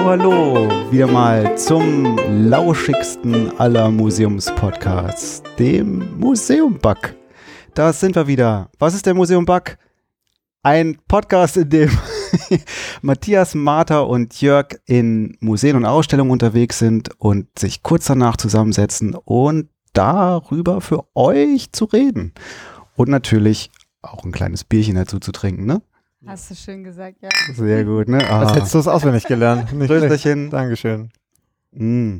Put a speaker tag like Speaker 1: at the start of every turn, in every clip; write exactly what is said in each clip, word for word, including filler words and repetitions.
Speaker 1: Hallo, hallo, wieder mal zum lauschigsten aller Museumspodcasts, dem Museum Bug. Da sind wir wieder. Was ist der Museum Bug? Ein Podcast, in dem Matthias, Martha und Jörg in Museen und Ausstellungen unterwegs sind und sich kurz danach zusammensetzen und darüber für euch zu reden. Und natürlich auch ein kleines Bierchen dazu zu trinken, ne?
Speaker 2: Hast du schön gesagt, ja.
Speaker 1: Sehr gut, ne? Ah.
Speaker 3: Das hättest du es auswendig gelernt. Nicht
Speaker 1: Grüßerchen.
Speaker 3: Dankeschön.
Speaker 1: Mm.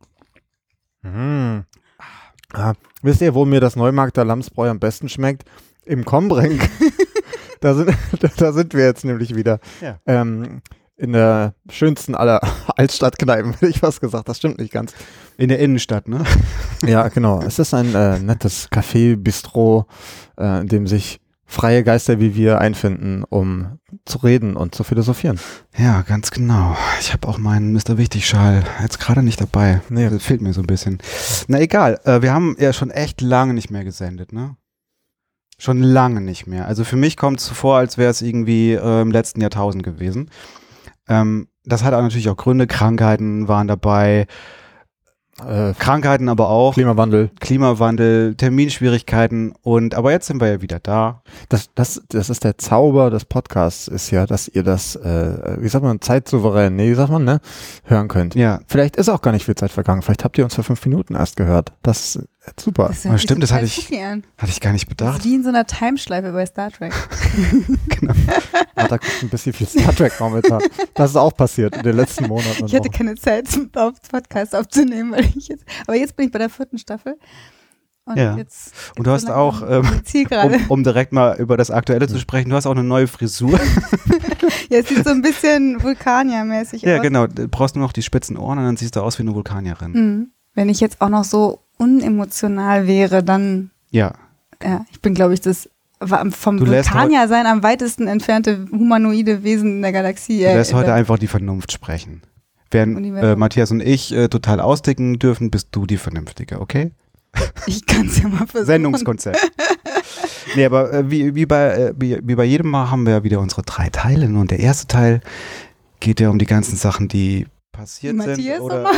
Speaker 3: Mm. Ah, wisst ihr, wo mir das Neumarkter Lamsbräu am besten schmeckt? Im Kombrink. da, sind, da sind wir jetzt nämlich wieder.
Speaker 1: Ja.
Speaker 3: Ähm, in der schönsten aller Altstadtkneipen, hätte ich fast gesagt. Das stimmt nicht ganz.
Speaker 1: In der Innenstadt, ne?
Speaker 3: Ja, genau. Es ist ein äh, nettes Café, Bistro, äh, in dem sich freie Geister wie wir einfinden, um zu reden und zu philosophieren.
Speaker 1: Ja, ganz genau. Ich habe auch meinen Mister Wichtig-Schal jetzt gerade nicht dabei.
Speaker 3: Nee.
Speaker 1: Das fehlt mir so ein bisschen. Na egal, äh, wir haben ja schon echt lange nicht mehr gesendet, ne? Schon lange nicht mehr. Also für mich kommt es so vor, als wäre es irgendwie äh, im letzten Jahrtausend gewesen. Ähm, das hat auch natürlich auch Gründe. Krankheiten waren dabei. Äh, Krankheiten aber auch.
Speaker 3: Klimawandel.
Speaker 1: Klimawandel, Terminschwierigkeiten und aber jetzt sind wir ja wieder da.
Speaker 3: Das, das, das ist der Zauber des Podcasts, ist ja, dass ihr das, äh, wie sagt man, zeitsouverän, nee, wie sagt man, ne, hören könnt.
Speaker 1: Ja.
Speaker 3: Vielleicht ist auch gar nicht viel Zeit vergangen. Vielleicht habt ihr uns vor fünf Minuten erst gehört. Das ist super.
Speaker 2: Das
Speaker 1: Aber stimmt, das hatte ich,
Speaker 2: hatte
Speaker 1: hatte ich gar nicht
Speaker 2: Das
Speaker 1: bedacht.
Speaker 2: ist wie in so einer Timeschleife bei Star Trek.
Speaker 1: Genau.
Speaker 3: Ja, da guckt ein bisschen viel Star Trek momentan. Das ist auch passiert in den letzten Monaten.
Speaker 2: Ich hatte keine Zeit, auf Podcast aufzunehmen, weil ich jetzt, aber jetzt bin ich bei der vierten Staffel. Und
Speaker 1: Ja.
Speaker 2: jetzt
Speaker 1: Und du hast
Speaker 2: so
Speaker 1: auch, ähm,
Speaker 2: Ziel gerade.
Speaker 1: um, um direkt mal über das Aktuelle zu sprechen, du hast auch eine neue Frisur.
Speaker 2: Ja, es sieht so ein bisschen Vulkanier-mäßig
Speaker 1: Ja,
Speaker 2: aus.
Speaker 1: genau. Du brauchst nur noch die spitzen Ohren und dann siehst du aus wie eine Vulkanierin.
Speaker 2: Mhm. Wenn ich jetzt auch noch so unemotional wäre, dann,
Speaker 1: Ja.
Speaker 2: ja, ich bin, glaube ich, das wa- vom
Speaker 1: Du lässt
Speaker 2: Vulkanier sein am weitesten entfernte humanoide Wesen in der Galaxie.
Speaker 1: Du
Speaker 2: äh,
Speaker 1: lässt
Speaker 2: in
Speaker 1: heute
Speaker 2: der-
Speaker 1: einfach die Vernunft sprechen. Während
Speaker 2: Universum.
Speaker 1: äh, Matthias und ich äh, total austicken dürfen, bist du die Vernünftige, okay?
Speaker 2: Ich kann es ja mal versuchen.
Speaker 1: Sendungskonzept. Nee, aber äh, wie, wie, bei, äh, wie, wie bei jedem Mal haben wir ja wieder unsere drei Teile. Und der erste Teil geht ja um die ganzen Sachen, die passiert
Speaker 2: Matthias
Speaker 1: sind.
Speaker 2: und
Speaker 1: Oder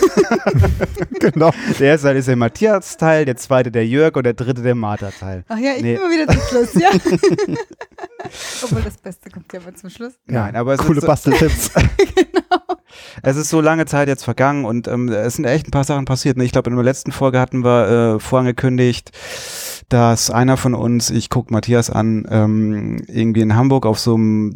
Speaker 3: Genau.
Speaker 1: der erste Teil ist der Matthias-Teil, der zweite der Jörg und der dritte der Martha-Teil.
Speaker 2: Ach ja, ich
Speaker 1: Nee.
Speaker 2: bin immer wieder zum Schluss, ja. Obwohl das Beste kommt ja immer zum Schluss.
Speaker 1: Nein, aber es
Speaker 3: Coole
Speaker 1: ist, so,
Speaker 3: Basteltipps.
Speaker 1: es ist so lange Zeit jetzt vergangen und ähm, es sind echt ein paar Sachen passiert. Ne? Ich glaube, in der letzten Folge hatten wir äh, vorangekündigt, dass einer von uns, ich gucke Matthias an, ähm, irgendwie in Hamburg auf so einem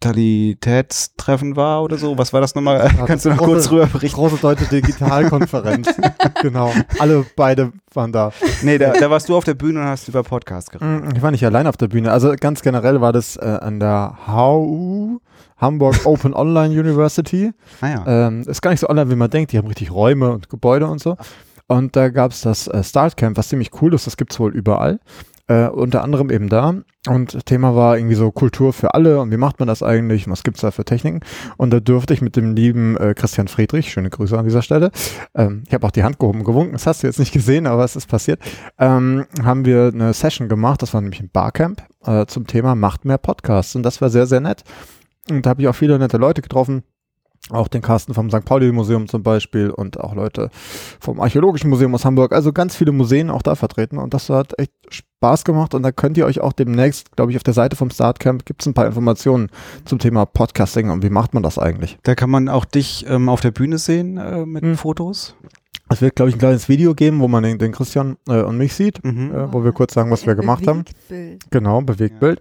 Speaker 1: Digitalitätstreffen war oder so. Was war das nochmal?
Speaker 3: Ja,
Speaker 1: Kannst du noch
Speaker 3: große-
Speaker 1: kurz rüber berichten?
Speaker 3: Große Deutsche Digitalkonferenz. Genau. Alle beide waren da.
Speaker 1: Nee, da, da warst du auf der Bühne und hast über Podcast geredet.
Speaker 3: Mm, Ich war nicht allein auf der Bühne. Also ganz generell war das äh, an der H U, Hamburg Open Online University.
Speaker 1: Naja.
Speaker 3: Ähm, ist gar nicht so online, wie man denkt. Die haben richtig Räume und Gebäude und so. Und da gab es das äh, Startcamp, was ziemlich cool ist. Das gibt es wohl überall. Äh, unter anderem eben da. Und Thema war irgendwie so Kultur für alle. Und wie macht man das eigentlich? Was gibt's da für Techniken? Und da durfte ich mit dem lieben äh, Christian Friedrich, schöne Grüße an dieser Stelle, ähm, ich habe auch die Hand gehoben, gewunken. Das hast du jetzt nicht gesehen, aber es ist passiert. Ähm, haben wir eine Session gemacht. Das war nämlich ein Barcamp äh, zum Thema Macht mehr Podcasts. Und das war sehr, sehr nett. Und da habe ich auch viele nette Leute getroffen. Auch den Carsten vom Sankt Pauli-Museum zum Beispiel und auch Leute vom Archäologischen Museum aus Hamburg. Also ganz viele Museen auch da vertreten und das hat echt Spaß gemacht und da könnt ihr euch auch demnächst, glaube ich, auf der Seite vom Startcamp gibt es ein paar Informationen zum Thema Podcasting und wie macht man das eigentlich.
Speaker 1: Da kann man auch dich ähm, auf der Bühne sehen äh, mit
Speaker 3: Hm.
Speaker 1: Fotos.
Speaker 3: Es wird, glaube ich, ein kleines Video geben, wo man den, den Christian äh, und mich sieht,
Speaker 1: Mhm.
Speaker 3: äh, wo wir kurz sagen, was wir gemacht haben.
Speaker 2: Bewegtbild.
Speaker 3: Genau, Bewegtbild.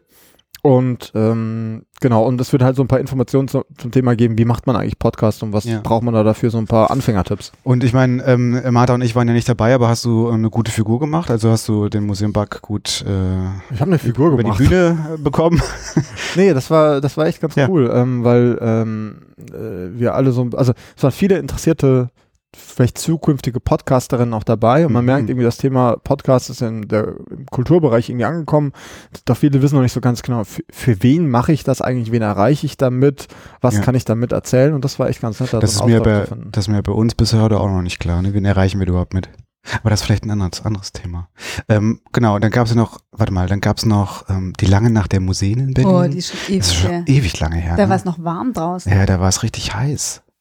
Speaker 3: Und ähm, genau, und es wird halt so ein paar Informationen zu, zum Thema geben, wie macht man eigentlich Podcast und was
Speaker 1: Ja.
Speaker 3: braucht man da dafür, so ein paar Anfängertipps.
Speaker 1: Und ich meine, ähm, Martha und ich waren ja nicht dabei, aber hast du eine gute Figur gemacht? Also hast du den Museum Bug gut äh,
Speaker 3: Ich habe eine Figur
Speaker 1: über
Speaker 3: gemacht.
Speaker 1: die Bühne äh, bekommen?
Speaker 3: Nee, das war, das war echt ganz
Speaker 1: Ja.
Speaker 3: cool, ähm, weil ähm, äh, wir alle so, also es waren viele interessierte, vielleicht zukünftige Podcasterinnen auch dabei und man
Speaker 1: Mhm.
Speaker 3: merkt irgendwie, das Thema Podcast ist in der, im Kulturbereich irgendwie angekommen. Doch viele wissen noch nicht so ganz genau, für, für wen mache ich das eigentlich, wen erreiche ich damit, was
Speaker 1: Ja.
Speaker 3: kann ich damit erzählen und das war echt ganz nett. da
Speaker 1: Das
Speaker 3: so
Speaker 1: ist,
Speaker 3: einen
Speaker 1: mir
Speaker 3: Austausch
Speaker 1: bei,
Speaker 3: zu finden.
Speaker 1: das ist mir bei uns bisher heute auch noch nicht klar. Ne? Wen erreichen wir überhaupt mit? Aber das ist vielleicht ein anderes, anderes Thema. Ähm, genau, dann gab es noch, warte mal, dann gab es noch ähm, die lange Nacht der Museen in Berlin.
Speaker 2: Oh, die ist schon ewig
Speaker 1: das ist schon
Speaker 2: her.
Speaker 1: ewig lange her.
Speaker 2: Da
Speaker 1: ne?
Speaker 2: war es noch warm draußen.
Speaker 1: Ja, da war es richtig heiß.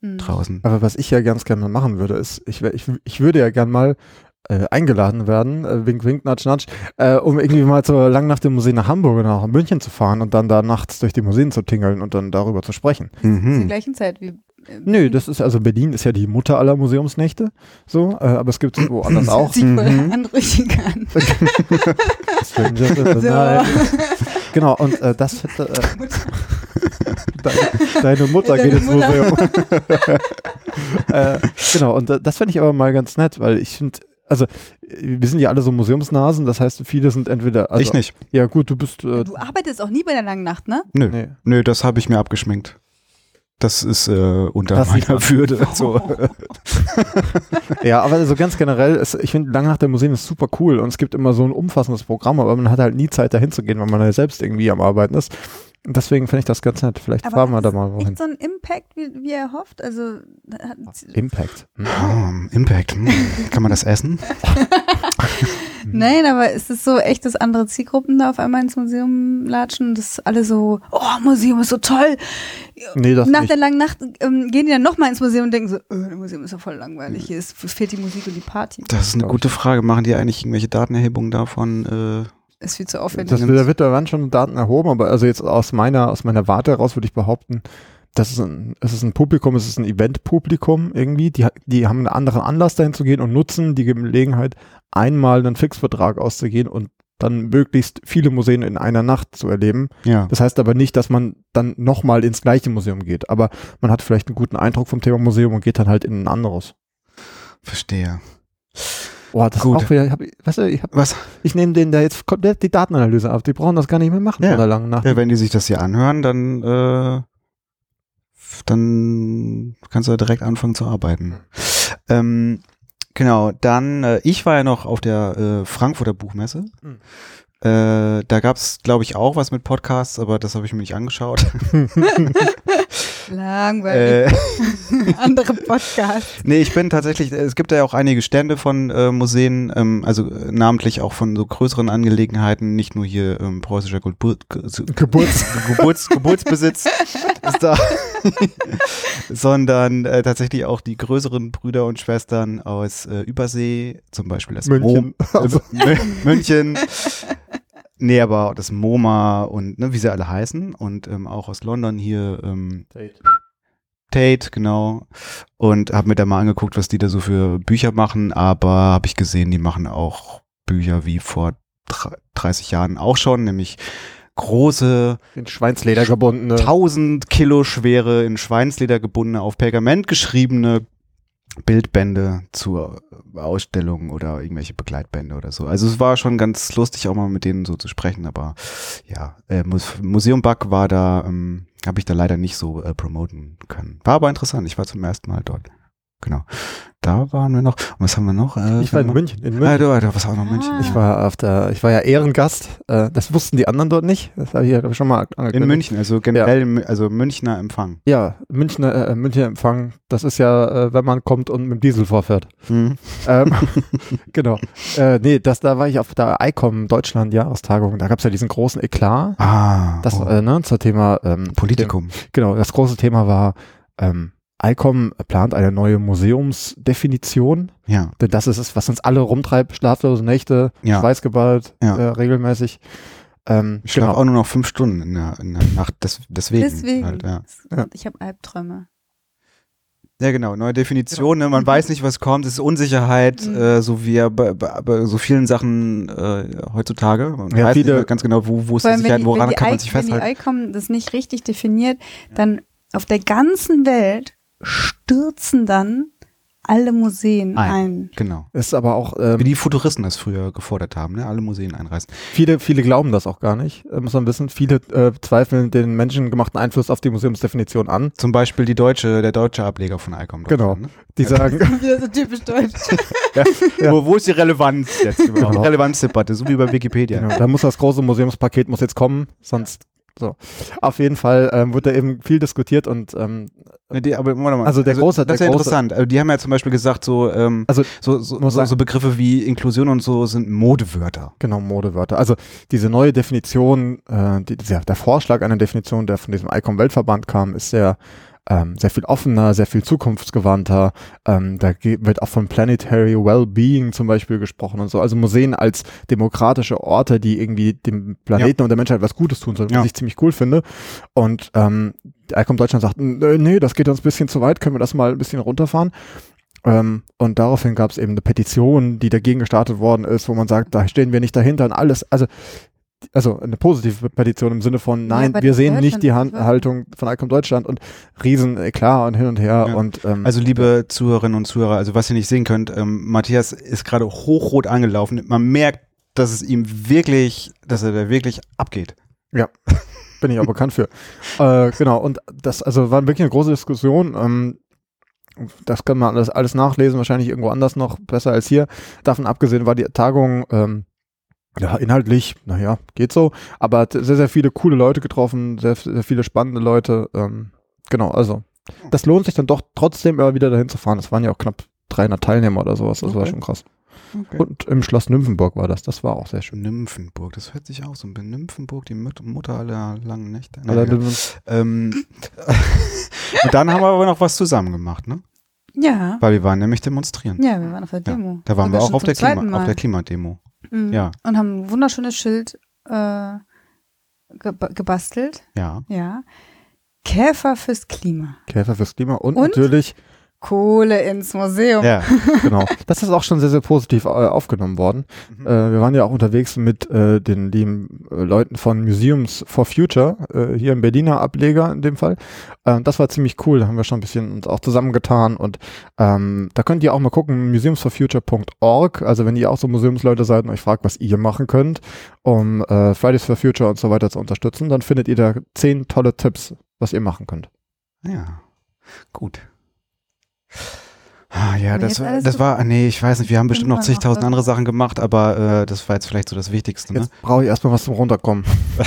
Speaker 2: Mhm.
Speaker 1: draußen.
Speaker 3: Aber was ich ja ganz gerne mal machen würde, ist, ich, wär- ich, ich würde ja gern mal äh, eingeladen werden, äh, wink, wink, natsch, natsch, äh, um irgendwie mal zur Langnacht im Museum nach Hamburg oder nach München zu fahren und dann da nachts durch die Museen zu tingeln und dann darüber zu sprechen.
Speaker 2: Zur
Speaker 1: Mhm.
Speaker 2: gleichen Zeit wie. äh,
Speaker 3: Nö, das ist, also Berlin ist ja die Mutter aller Museumsnächte, so, äh, aber es gibt es woanders
Speaker 2: Das
Speaker 3: auch.
Speaker 2: hört sich voll
Speaker 1: Mhm.
Speaker 2: anrüchig an.
Speaker 3: Strangers in the
Speaker 2: So.
Speaker 3: Night. Genau, und äh, das hätte, äh, deine, deine Mutter
Speaker 2: Deine
Speaker 3: geht ins
Speaker 2: Mutter.
Speaker 3: Museum. äh, genau, und äh, das fände ich aber mal ganz nett, weil ich finde, also äh, wir sind ja alle so Museumsnasen, das heißt, viele sind entweder, also,
Speaker 1: Ich nicht.
Speaker 3: ja gut, du bist, äh,
Speaker 2: Du arbeitest auch nie bei der langen Nacht, ne?
Speaker 1: Nö.
Speaker 3: nee.
Speaker 1: Nö, das habe ich mir abgeschminkt. Das ist äh, unter
Speaker 3: Das sieht
Speaker 1: meiner
Speaker 3: man.
Speaker 1: Würde. So.
Speaker 3: Ja, aber so ganz generell, ist, ich finde, Lange Nacht der Museen ist super cool und es gibt immer so ein umfassendes Programm, aber man hat halt nie Zeit dahin zu gehen, weil man ja selbst irgendwie am Arbeiten ist. Und deswegen finde ich das ganz nett. Vielleicht
Speaker 2: Aber
Speaker 3: fahren wir
Speaker 2: hat
Speaker 3: da
Speaker 2: es
Speaker 3: mal wohin.
Speaker 2: Echt so ein Impact, wie, wie er hofft? Also, hat,
Speaker 3: Impact. Hm.
Speaker 1: Oh, Impact. Hm. Kann man das essen?
Speaker 2: nein, aber ist es so echt, dass andere Zielgruppen da auf einmal ins Museum latschen? Das alle so, oh, Museum ist so toll.
Speaker 3: Nee, das
Speaker 2: Nach
Speaker 3: nicht.
Speaker 2: der langen Nacht ähm, gehen die dann nochmal ins Museum und denken so, äh, das Museum ist ja voll langweilig. Hier ist, fehlt die Musik und die Party.
Speaker 1: Das ist eine
Speaker 3: Glaub
Speaker 1: gute Frage. Machen die eigentlich irgendwelche Datenerhebungen davon? Äh,
Speaker 2: Ist viel zu aufwendig.
Speaker 3: Das, da wird da werden schon Daten erhoben, aber also jetzt aus meiner, aus meiner Warte heraus würde ich behaupten, das ist ein, es ist ein Publikum, es ist ein Event-Publikum irgendwie, die, die haben einen anderen Anlass dahin zu gehen und nutzen die Gelegenheit, einmal einen Fixvertrag auszugehen und dann möglichst viele Museen in einer Nacht zu erleben.
Speaker 1: ja.
Speaker 3: Das heißt aber nicht, dass man dann nochmal ins gleiche Museum geht, aber man hat vielleicht einen guten Eindruck vom Thema Museum und geht dann halt in ein anderes.
Speaker 1: Verstehe.
Speaker 3: Boah, das
Speaker 1: Gut.
Speaker 3: ist auch wieder, ich, hab, weißt du, ich, hab,
Speaker 1: Was?
Speaker 3: ich nehme denen da jetzt komplett die Datenanalyse ab, die brauchen das gar nicht mehr machen
Speaker 1: Ja.
Speaker 3: von der langen Nacht.
Speaker 1: Ja, wenn die sich das hier anhören, dann, äh, dann kannst du ja direkt anfangen zu arbeiten. Ähm, genau, dann, äh, ich war ja noch auf der äh, Frankfurter Buchmesse.
Speaker 3: Mhm.
Speaker 1: Äh, da gab es, glaube ich, auch was mit Podcasts, aber das habe ich mir nicht angeschaut.
Speaker 2: Langweilig.
Speaker 1: äh,
Speaker 2: Andere Podcasts.
Speaker 1: nee, ich bin tatsächlich, es gibt ja auch einige Stände von äh, Museen, ähm, also äh, namentlich auch von so größeren Angelegenheiten, nicht nur hier ähm, preußischer Gebur
Speaker 3: Geburts
Speaker 1: Geburts Geburtsbesitz ist da, sondern äh, tatsächlich auch die größeren Brüder und Schwestern aus äh, Übersee, zum Beispiel das
Speaker 3: München.
Speaker 1: Mo äh, Mü- München, nee, aber das MoMA und ne, wie sie alle heißen und ähm, auch aus London hier ähm, Tate, genau. Und habe mir da mal angeguckt, was die da so für Bücher machen, aber habe ich gesehen, die machen auch Bücher wie vor dreißig Jahren auch schon, nämlich große,
Speaker 3: in Schweinsleder gebundene.
Speaker 1: tausend Kilo schwere, in Schweinsleder gebundene, auf Pergament geschriebene Bildbände zur Ausstellung oder irgendwelche Begleitbände oder so. Also es war schon ganz lustig, auch mal mit denen so zu sprechen, aber ja, äh, Museum Bug war da, ähm, habe ich da leider nicht so äh, promoten können. War aber interessant, ich war zum ersten Mal dort. Genau. Da waren wir noch. Und was haben wir noch? Äh,
Speaker 3: Ich war in
Speaker 1: wir-
Speaker 3: München. In
Speaker 1: Ah,
Speaker 3: München.
Speaker 1: du, du warst auch noch in München.
Speaker 2: Ah.
Speaker 3: Ich war auf der, ich war ja Ehrengast. Äh, das wussten die anderen dort nicht. Das habe ich ja glaub ich, schon mal angekündigt.
Speaker 1: In München, also generell, im- also Münchner Empfang.
Speaker 3: Ja, Münchner, äh, Münchner Empfang. Das ist ja, äh, wenn man kommt und mit dem Diesel vorfährt.
Speaker 1: Mhm.
Speaker 3: Ähm, genau. Äh, nee, das, da war ich auf der I C O M Deutschland Jahrestagung. Da gab es ja diesen großen Eklat.
Speaker 1: Ah,
Speaker 3: Das,
Speaker 1: oh.
Speaker 3: äh, ne, zur Thema ähm,
Speaker 1: Politikum.
Speaker 3: Dem, genau, das große Thema war, ähm, I C O M plant eine neue Museumsdefinition.
Speaker 1: Ja.
Speaker 3: Denn das ist es, was uns alle rumtreibt. Schlaflose Nächte,
Speaker 1: Ja.
Speaker 3: schweißgeballt,
Speaker 1: Ja.
Speaker 3: äh, regelmäßig. Ähm,
Speaker 1: Ich schlafe
Speaker 3: genau.
Speaker 1: auch nur noch fünf Stunden in der, in der Nacht, des, deswegen.
Speaker 2: Deswegen.
Speaker 1: Halt, ja.
Speaker 3: Ja.
Speaker 2: Ich habe Albträume.
Speaker 1: Ja, genau, neue Definition, ne? Man weiß nicht, was kommt, es ist Unsicherheit,
Speaker 2: Mhm.
Speaker 1: äh, so wie ja bei, bei, bei so vielen Sachen äh, heutzutage. Man
Speaker 3: Ja,
Speaker 1: weiß
Speaker 3: viele-
Speaker 1: nicht mehr ganz genau, wo, wo ist
Speaker 2: Vor
Speaker 1: die
Speaker 2: allem,
Speaker 1: Sicherheit,
Speaker 2: wenn die,
Speaker 1: woran
Speaker 2: wenn die,
Speaker 1: kann man
Speaker 2: I-
Speaker 1: sich
Speaker 2: wenn die
Speaker 1: festhalten.
Speaker 2: I C O M das nicht richtig definiert, dann auf der ganzen Welt stürzen dann alle Museen
Speaker 1: Ein.
Speaker 2: ein.
Speaker 1: Genau.
Speaker 3: Ist aber auch, ähm,
Speaker 1: Wie die Futuristen das früher gefordert haben, ne? Alle Museen einreißen.
Speaker 3: viele, viele glauben das auch gar nicht, äh, muss man wissen. Viele äh, zweifeln den menschengemachten Einfluss auf die Museumsdefinition an.
Speaker 1: Zum Beispiel die deutsche, der deutsche Ableger von I C O M.
Speaker 3: Genau.
Speaker 1: Ne?
Speaker 3: Die sagen,
Speaker 2: Wieder so typisch deutsch.
Speaker 3: Ja.
Speaker 1: Wo, wo ist die Relevanz jetzt überhaupt?
Speaker 3: Genau.
Speaker 1: Die Relevanzdebatte, so wie bei Wikipedia.
Speaker 3: genau, da muss das große Museumspaket muss jetzt kommen, sonst so. Auf jeden Fall ähm, wird da eben viel diskutiert und ähm,
Speaker 1: Ne, die, aber warte mal.
Speaker 3: Also der große-
Speaker 1: das ist
Speaker 3: der
Speaker 1: ja
Speaker 3: große-
Speaker 1: interessant. Also die haben ja zum Beispiel gesagt, so, ähm,
Speaker 3: also
Speaker 1: so, so,
Speaker 3: muss
Speaker 1: so,
Speaker 3: sagen-
Speaker 1: so Begriffe wie Inklusion und so sind Modewörter.
Speaker 3: genau, Modewörter. Also diese neue Definition, äh, die, dieser, der Vorschlag einer Definition, der von diesem I C O M Weltverband kam, ist sehr ähm, sehr viel offener, sehr viel zukunftsgewandter. Ähm, da ge- wird auch von Planetary Wellbeing zum Beispiel gesprochen und so. Also Museen als demokratische Orte, die irgendwie dem Planeten
Speaker 1: Ja.
Speaker 3: und der Menschheit was Gutes tun sollen,
Speaker 1: Ja.
Speaker 3: was ich ziemlich cool finde. Und ähm, Icom Deutschland sagt, nee, nee, das geht uns ein bisschen zu weit, können wir das mal ein bisschen runterfahren. Ähm, und daraufhin gab es eben eine Petition, die dagegen gestartet worden ist, wo man sagt, da stehen wir nicht dahinter und alles, also also eine positive Petition im Sinne von, nein,
Speaker 2: aber
Speaker 3: wir
Speaker 2: das
Speaker 3: sehen
Speaker 2: hört
Speaker 3: nicht
Speaker 2: schon
Speaker 3: die
Speaker 2: auf,
Speaker 3: Han-
Speaker 2: oder?
Speaker 3: Haltung von Icom Deutschland und riesen Eklat und hin und her
Speaker 1: Ja.
Speaker 3: und ähm,
Speaker 1: Also liebe Zuhörerinnen und Zuhörer, also was ihr nicht sehen könnt, ähm, Matthias ist gerade hochrot angelaufen. Man merkt, dass es ihm wirklich, dass er da wirklich abgeht.
Speaker 3: ja, bin ich auch bekannt für. Äh, genau, und das also war wirklich eine große Diskussion. Ähm, das kann man alles, alles nachlesen, wahrscheinlich irgendwo anders noch, besser als hier. Davon abgesehen war die Tagung ähm, ja, inhaltlich, naja, geht so, aber hat sehr, sehr viele coole Leute getroffen, sehr, sehr viele spannende Leute. Ähm, genau, also das lohnt sich dann doch trotzdem immer wieder dahin zu fahren. Das waren ja auch knapp dreihundert Teilnehmer oder sowas, das war
Speaker 1: Okay.
Speaker 3: schon krass.
Speaker 1: Okay.
Speaker 3: Und im Schloss Nymphenburg war das, das war auch sehr schön.
Speaker 1: Nymphenburg, das hört sich auch so ein Nymphenburg, die Mut- Mutter aller langen Nächte.
Speaker 3: Oder
Speaker 1: Naja. Ähm, und dann haben wir aber noch was zusammen gemacht, ne?
Speaker 2: Ja.
Speaker 1: Weil wir waren nämlich demonstrieren.
Speaker 2: Ja, wir waren auf der Demo.
Speaker 1: Da waren wir
Speaker 2: Sogar
Speaker 1: auch
Speaker 2: schon
Speaker 1: auf
Speaker 2: zum
Speaker 1: der,
Speaker 2: zweiten
Speaker 1: Klima, auf
Speaker 2: Mal.
Speaker 1: der Klimademo.
Speaker 2: Mhm.
Speaker 1: Ja.
Speaker 2: Und haben ein wunderschönes Schild äh, ge- gebastelt.
Speaker 1: Ja.
Speaker 2: Ja. Käfer fürs Klima.
Speaker 3: Käfer fürs Klima und,
Speaker 2: Und?
Speaker 3: natürlich,
Speaker 2: Kohle ins Museum.
Speaker 1: Ja.
Speaker 3: genau, das ist auch schon sehr, sehr positiv äh, aufgenommen worden.
Speaker 1: Mhm.
Speaker 3: Äh, wir waren ja auch unterwegs mit äh, den lieben äh, Leuten von Museums for Future, äh, hier im Berliner Ableger in dem Fall. Äh, das war ziemlich cool, da haben wir schon ein bisschen uns auch zusammengetan und ähm, da könnt ihr auch mal gucken, museums for future punkt org, also wenn ihr auch so Museumsleute seid und euch fragt, was ihr machen könnt, um äh, Fridays for Future und so weiter zu unterstützen, dann findet ihr da zehn tolle Tipps, was ihr machen könnt.
Speaker 1: Ja. Gut. Ah, ja,
Speaker 2: Aber
Speaker 1: das,
Speaker 2: jetzt
Speaker 1: war-
Speaker 2: alles
Speaker 1: das
Speaker 2: so-
Speaker 1: war, ah, nee, ich weiß nicht, wir haben bestimmt noch
Speaker 2: Irgendwann auch
Speaker 1: zigtausend
Speaker 2: was-
Speaker 1: andere Sachen gemacht, aber äh, das war jetzt vielleicht so das Wichtigste, ne?
Speaker 3: Jetzt brauche ich erstmal was zum Runterkommen.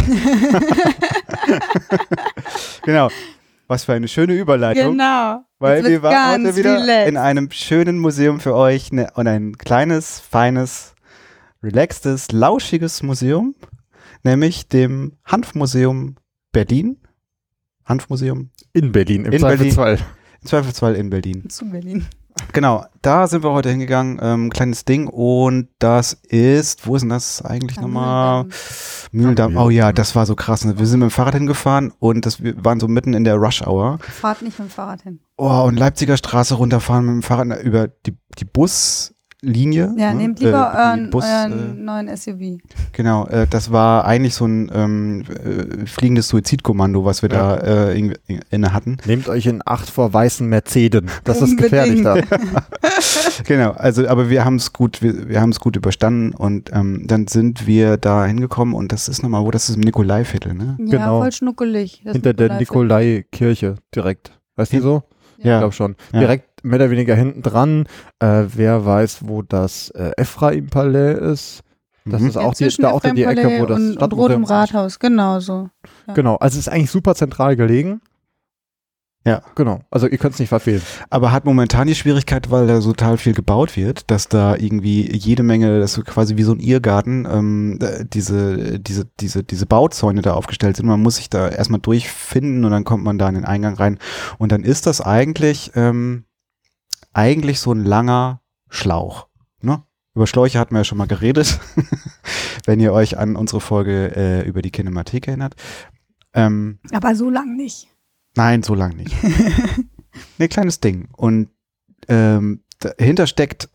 Speaker 1: Genau. Was für eine schöne Überleitung.
Speaker 2: Genau.
Speaker 1: Weil
Speaker 2: Jetzt
Speaker 1: wir
Speaker 2: wird's
Speaker 1: waren heute
Speaker 2: ganz
Speaker 1: wieder
Speaker 2: relaxed.
Speaker 1: in einem schönen Museum für euch ne, und ein kleines, feines, relaxtes, lauschiges Museum, nämlich dem Hanfmuseum Berlin. Hanfmuseum,
Speaker 3: In Berlin, im
Speaker 1: In Berlin.
Speaker 3: Zweifelsfall.
Speaker 1: im Zweifelsfall in Berlin.
Speaker 2: Zu Berlin.
Speaker 1: Genau, da sind wir heute hingegangen, ähm, kleines Ding und das ist, wo ist denn das eigentlich
Speaker 2: Am
Speaker 1: nochmal?
Speaker 2: Mühlendamm.
Speaker 1: Mühlendamm, oh ja, das war so krass. Ne? Wir sind mit dem Fahrrad hingefahren und das, wir waren so mitten in der Rush-Hour.
Speaker 2: Fahrt nicht mit dem Fahrrad hin.
Speaker 1: Oh, und Leipziger Straße runterfahren mit dem Fahrrad na, über die, die Buslinie.
Speaker 2: Ja,
Speaker 1: ne?
Speaker 2: nehmt lieber
Speaker 1: Äh, die
Speaker 2: euren,
Speaker 1: Bus,
Speaker 2: euren
Speaker 1: äh,
Speaker 2: neuen S U V.
Speaker 1: Genau, äh, das war eigentlich so ein ähm, äh, fliegendes Suizidkommando, was wir
Speaker 3: Ja.
Speaker 1: da äh, in, in, inne hatten.
Speaker 3: Nehmt euch in Acht vor weißen Merceden. Das ist gefährlich da.
Speaker 1: Genau, also aber wir haben es gut, wir, wir haben es gut überstanden und ähm, dann sind wir da hingekommen und das ist nochmal, wo das ist im Nikolaiviertel, ne?
Speaker 2: Ja,
Speaker 3: Genau.
Speaker 2: voll schnuckelig. Das
Speaker 3: Hinter der
Speaker 2: Nikolaiviertel.
Speaker 3: Nikolai-Kirche direkt. Weißt du
Speaker 1: Hin-
Speaker 3: so?
Speaker 1: Ja.
Speaker 3: Ich glaube schon.
Speaker 1: Ja.
Speaker 3: Direkt mehr oder weniger hinten dran. Äh, wer weiß, wo das äh, Ephraim-Palais ist. Das
Speaker 1: Mhm.
Speaker 3: ist
Speaker 2: Ja,
Speaker 3: auch die,
Speaker 2: zwischen
Speaker 3: da auch die Ecke,
Speaker 2: Ephraim-Palais
Speaker 3: wo das
Speaker 2: und, und
Speaker 3: Stadtmuseum
Speaker 2: Rotem
Speaker 3: ist.
Speaker 2: Rathaus, genau so. Ja.
Speaker 3: Genau, also es ist eigentlich super zentral gelegen.
Speaker 1: Ja.
Speaker 3: Genau, also ihr könnt es nicht verfehlen.
Speaker 1: Aber hat momentan die Schwierigkeit, weil da so total viel gebaut wird, dass da irgendwie jede Menge, das ist so quasi wie so ein Irrgarten, ähm, äh, diese, diese, diese, diese Bauzäune da aufgestellt sind. Man muss sich da erstmal durchfinden und dann kommt man da in den Eingang rein. Und dann ist das eigentlich, ähm, eigentlich so ein langer Schlauch. Ne? Über Schläuche hatten wir ja schon mal geredet, wenn ihr euch an unsere Folge äh, über die Kinemathek erinnert. Ähm,
Speaker 2: Aber so lang nicht.
Speaker 1: Nein, so lang nicht. Nee, kleines Ding. Und ähm, dahinter steckt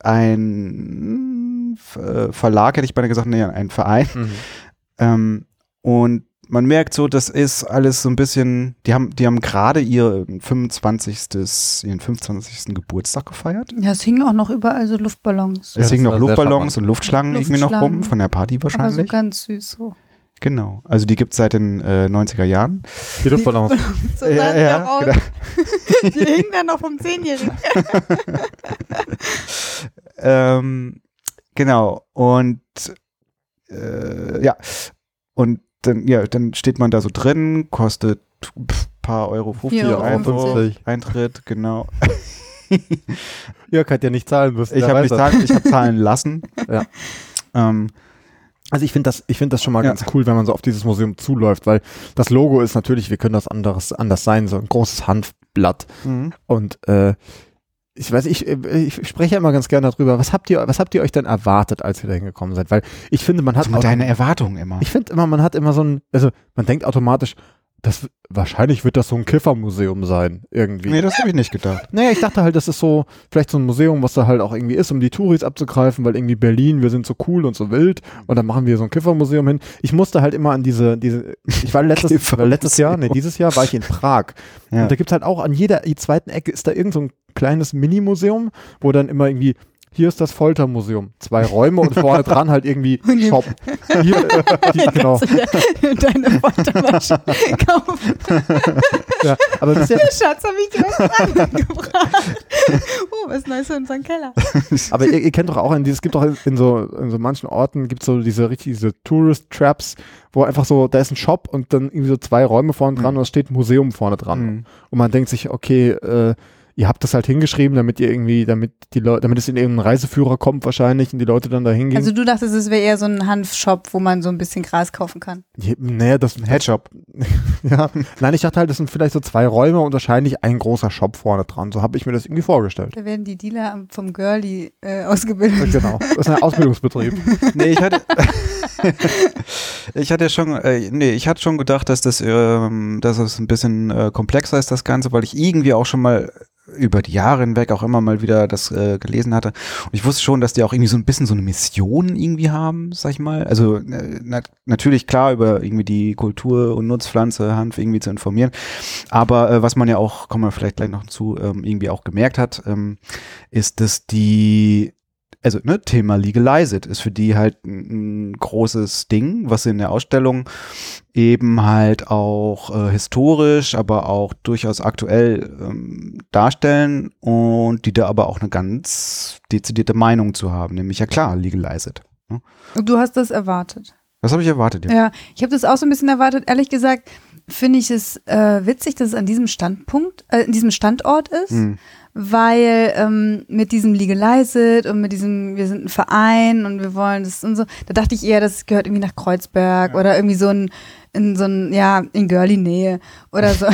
Speaker 1: ein äh, Verlag, hätte ich beinahe gesagt, nee, ein Verein. Ähm, und man merkt so, das ist alles so ein bisschen, die haben, die haben gerade ihr fünfundzwanzigsten ihren fünfundzwanzigsten Geburtstag gefeiert.
Speaker 2: Ja, es hingen auch noch überall so Luftballons.
Speaker 3: Ja,
Speaker 1: Es
Speaker 3: das
Speaker 1: hingen noch
Speaker 3: war sehr
Speaker 1: Luftballons
Speaker 3: charmant.
Speaker 1: und Luftschlangen irgendwie noch rum,
Speaker 2: Luftschlangen.
Speaker 1: von der Party
Speaker 2: Aber so
Speaker 1: wahrscheinlich.
Speaker 2: ganz süß so.
Speaker 1: Genau. Also die gibt es seit den äh, neunziger Jahren.
Speaker 3: Die Luftballons.
Speaker 2: So sahen die auch aus.
Speaker 1: genau.
Speaker 2: Die hingen dann noch vom Zehnjährigen.
Speaker 1: ähm, genau. Und äh, ja. Und dann, ja, dann steht man da so drin, kostet ein paar Euro, fünfzig
Speaker 2: vier Euro
Speaker 1: Eintritt,
Speaker 3: fünfzig.
Speaker 1: Eintritt, genau.
Speaker 3: Ihr könnt ja nicht zahlen müssen.
Speaker 1: Ich
Speaker 3: wer
Speaker 1: habe
Speaker 3: weiß
Speaker 1: nicht
Speaker 3: das.
Speaker 1: zahlen, ich habe zahlen lassen.
Speaker 3: Ja.
Speaker 1: Ähm,
Speaker 3: Also ich finde das, ich finde das schon mal
Speaker 1: Ja.
Speaker 3: ganz cool, wenn man so auf dieses Museum zuläuft, weil das Logo ist natürlich, wie können das anderes anders sein, so ein großes Hanf, Blatt.
Speaker 1: Mhm.
Speaker 3: Und äh, ich weiß, ich, ich spreche ja immer ganz gerne darüber, was habt ihr, was habt ihr euch denn erwartet, als ihr da hingekommen seid? Weil ich finde, man hat
Speaker 1: Also deine Erwartungen immer.
Speaker 3: Ich finde immer, man hat immer so ein, also man denkt automatisch, das, wahrscheinlich wird das so ein Kiffermuseum sein, irgendwie.
Speaker 1: Nee, das habe ich nicht gedacht.
Speaker 3: Naja, ich dachte halt, das ist so, vielleicht so ein Museum, was da halt auch irgendwie ist, um die Touris abzugreifen, weil irgendwie Berlin, wir sind so cool und so wild und dann machen wir so ein Kiffermuseum hin. Ich musste halt immer an diese, diese, ich war letztes, letztes Jahr, nee, dieses Jahr war ich in Prag.
Speaker 1: Ja.
Speaker 3: Und da gibt's halt auch an jeder zweiten Ecke ist da irgend so ein kleines Mini-Museum, wo dann immer irgendwie hier ist das Foltermuseum. Zwei Räume und vorne dran halt irgendwie Shop. Hier, äh, die, genau.
Speaker 2: Deine Foltermaschine kaufen.
Speaker 3: Ja, aber das ist ja,
Speaker 2: Schatz, habe ich direkt angebracht. Oh, was Neues für unseren Keller.
Speaker 3: aber ihr, ihr kennt doch auch, in dieses, es gibt doch in, in, so, in so manchen Orten gibt es so diese richtig, diese Tourist-Traps, wo einfach so, da ist ein Shop und dann irgendwie so zwei Räume vorne dran mhm. und es steht Museum vorne dran. Mhm. Und man denkt sich, okay, äh, ihr habt das halt hingeschrieben, damit ihr irgendwie, damit die Leute, damit es in irgendeinen Reiseführer kommt wahrscheinlich und die Leute dann da hingehen.
Speaker 2: Also du dachtest, es wäre eher so ein Hanfshop, wo man so ein bisschen Gras kaufen kann.
Speaker 3: Ja, naja, das ist
Speaker 1: ein Headshop.
Speaker 3: Ja, nein, ich dachte halt, das sind vielleicht so zwei Räume und wahrscheinlich ein großer Shop vorne dran. So habe ich mir das irgendwie vorgestellt.
Speaker 2: Da werden die Dealer vom Girlie äh, ausgebildet.
Speaker 3: Genau, das ist ein Ausbildungsbetrieb.
Speaker 1: Nee, ich hatte ich hatte schon, äh, nee, ich hatte schon gedacht, dass das, ähm, dass es ein bisschen äh, komplexer ist, das Ganze, weil ich irgendwie auch schon mal über die Jahre hinweg auch immer mal wieder das äh, gelesen hatte. Und ich wusste schon, dass die auch irgendwie so ein bisschen so eine Mission irgendwie haben, sag ich mal. Also äh, na, natürlich klar über irgendwie die Kultur und Nutzpflanze, Hanf irgendwie zu informieren. Aber äh, was man ja auch, kommen wir vielleicht gleich noch zu, ähm, irgendwie auch gemerkt hat, ähm, ist, dass die Also, ne, Thema Legalize It ist für die halt ein, ein großes Ding, was sie in der Ausstellung eben halt auch äh, historisch, aber auch durchaus aktuell ähm, darstellen und die da aber auch eine ganz dezidierte Meinung zu haben, nämlich ja klar, Legalize It. Ne?
Speaker 2: Du hast das erwartet.
Speaker 1: Das habe ich erwartet, ja.
Speaker 2: Ja, ich habe das auch so ein bisschen erwartet. Ehrlich gesagt finde ich es äh, witzig, dass es an diesem Standpunkt, äh, in diesem Standort ist. Mhm. Weil ähm, mit diesem Legalize It und mit diesem, wir sind ein Verein und wir wollen das und so, da dachte ich eher, das gehört irgendwie nach Kreuzberg ja. oder irgendwie so ein, in so ein, ja, in Girlie-Nähe oder so.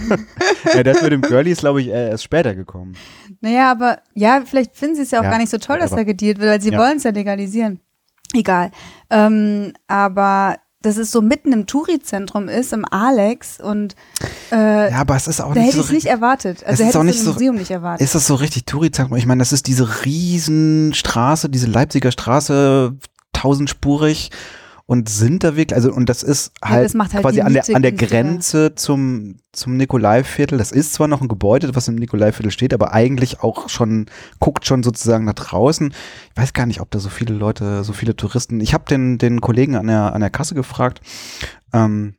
Speaker 1: Ja, das mit dem Girlie ist, glaube ich, erst später gekommen.
Speaker 2: Naja, aber ja, vielleicht finden sie es ja auch
Speaker 1: ja,
Speaker 2: gar nicht so toll, dass da gedealt wird, weil sie
Speaker 1: ja.
Speaker 2: wollen es ja legalisieren. Egal. Ähm, aber dass es so mitten im Touri-Zentrum ist, im Alex und äh,
Speaker 1: ja, aber es ist auch
Speaker 2: da
Speaker 1: nicht
Speaker 2: hätte
Speaker 1: so
Speaker 2: ich es nicht erwartet. Also hätte ich es im Museum nicht erwartet.
Speaker 1: Ist das so richtig Touri-Zentrum? Ich meine, das ist diese Riesenstraße, diese Leipziger Straße, tausendspurig und sind da wirklich, also und das ist halt,
Speaker 2: ja, das macht halt
Speaker 1: quasi an der, an der
Speaker 2: günstiger.
Speaker 1: Grenze zum, zum Nikolaiviertel. Das ist zwar noch ein Gebäude, was im Nikolaiviertel steht, aber eigentlich auch schon, guckt schon sozusagen nach draußen. Ich weiß gar nicht, ob da so viele Leute, so viele Touristen, ich habe den, den Kollegen an der, an der Kasse gefragt, ähm,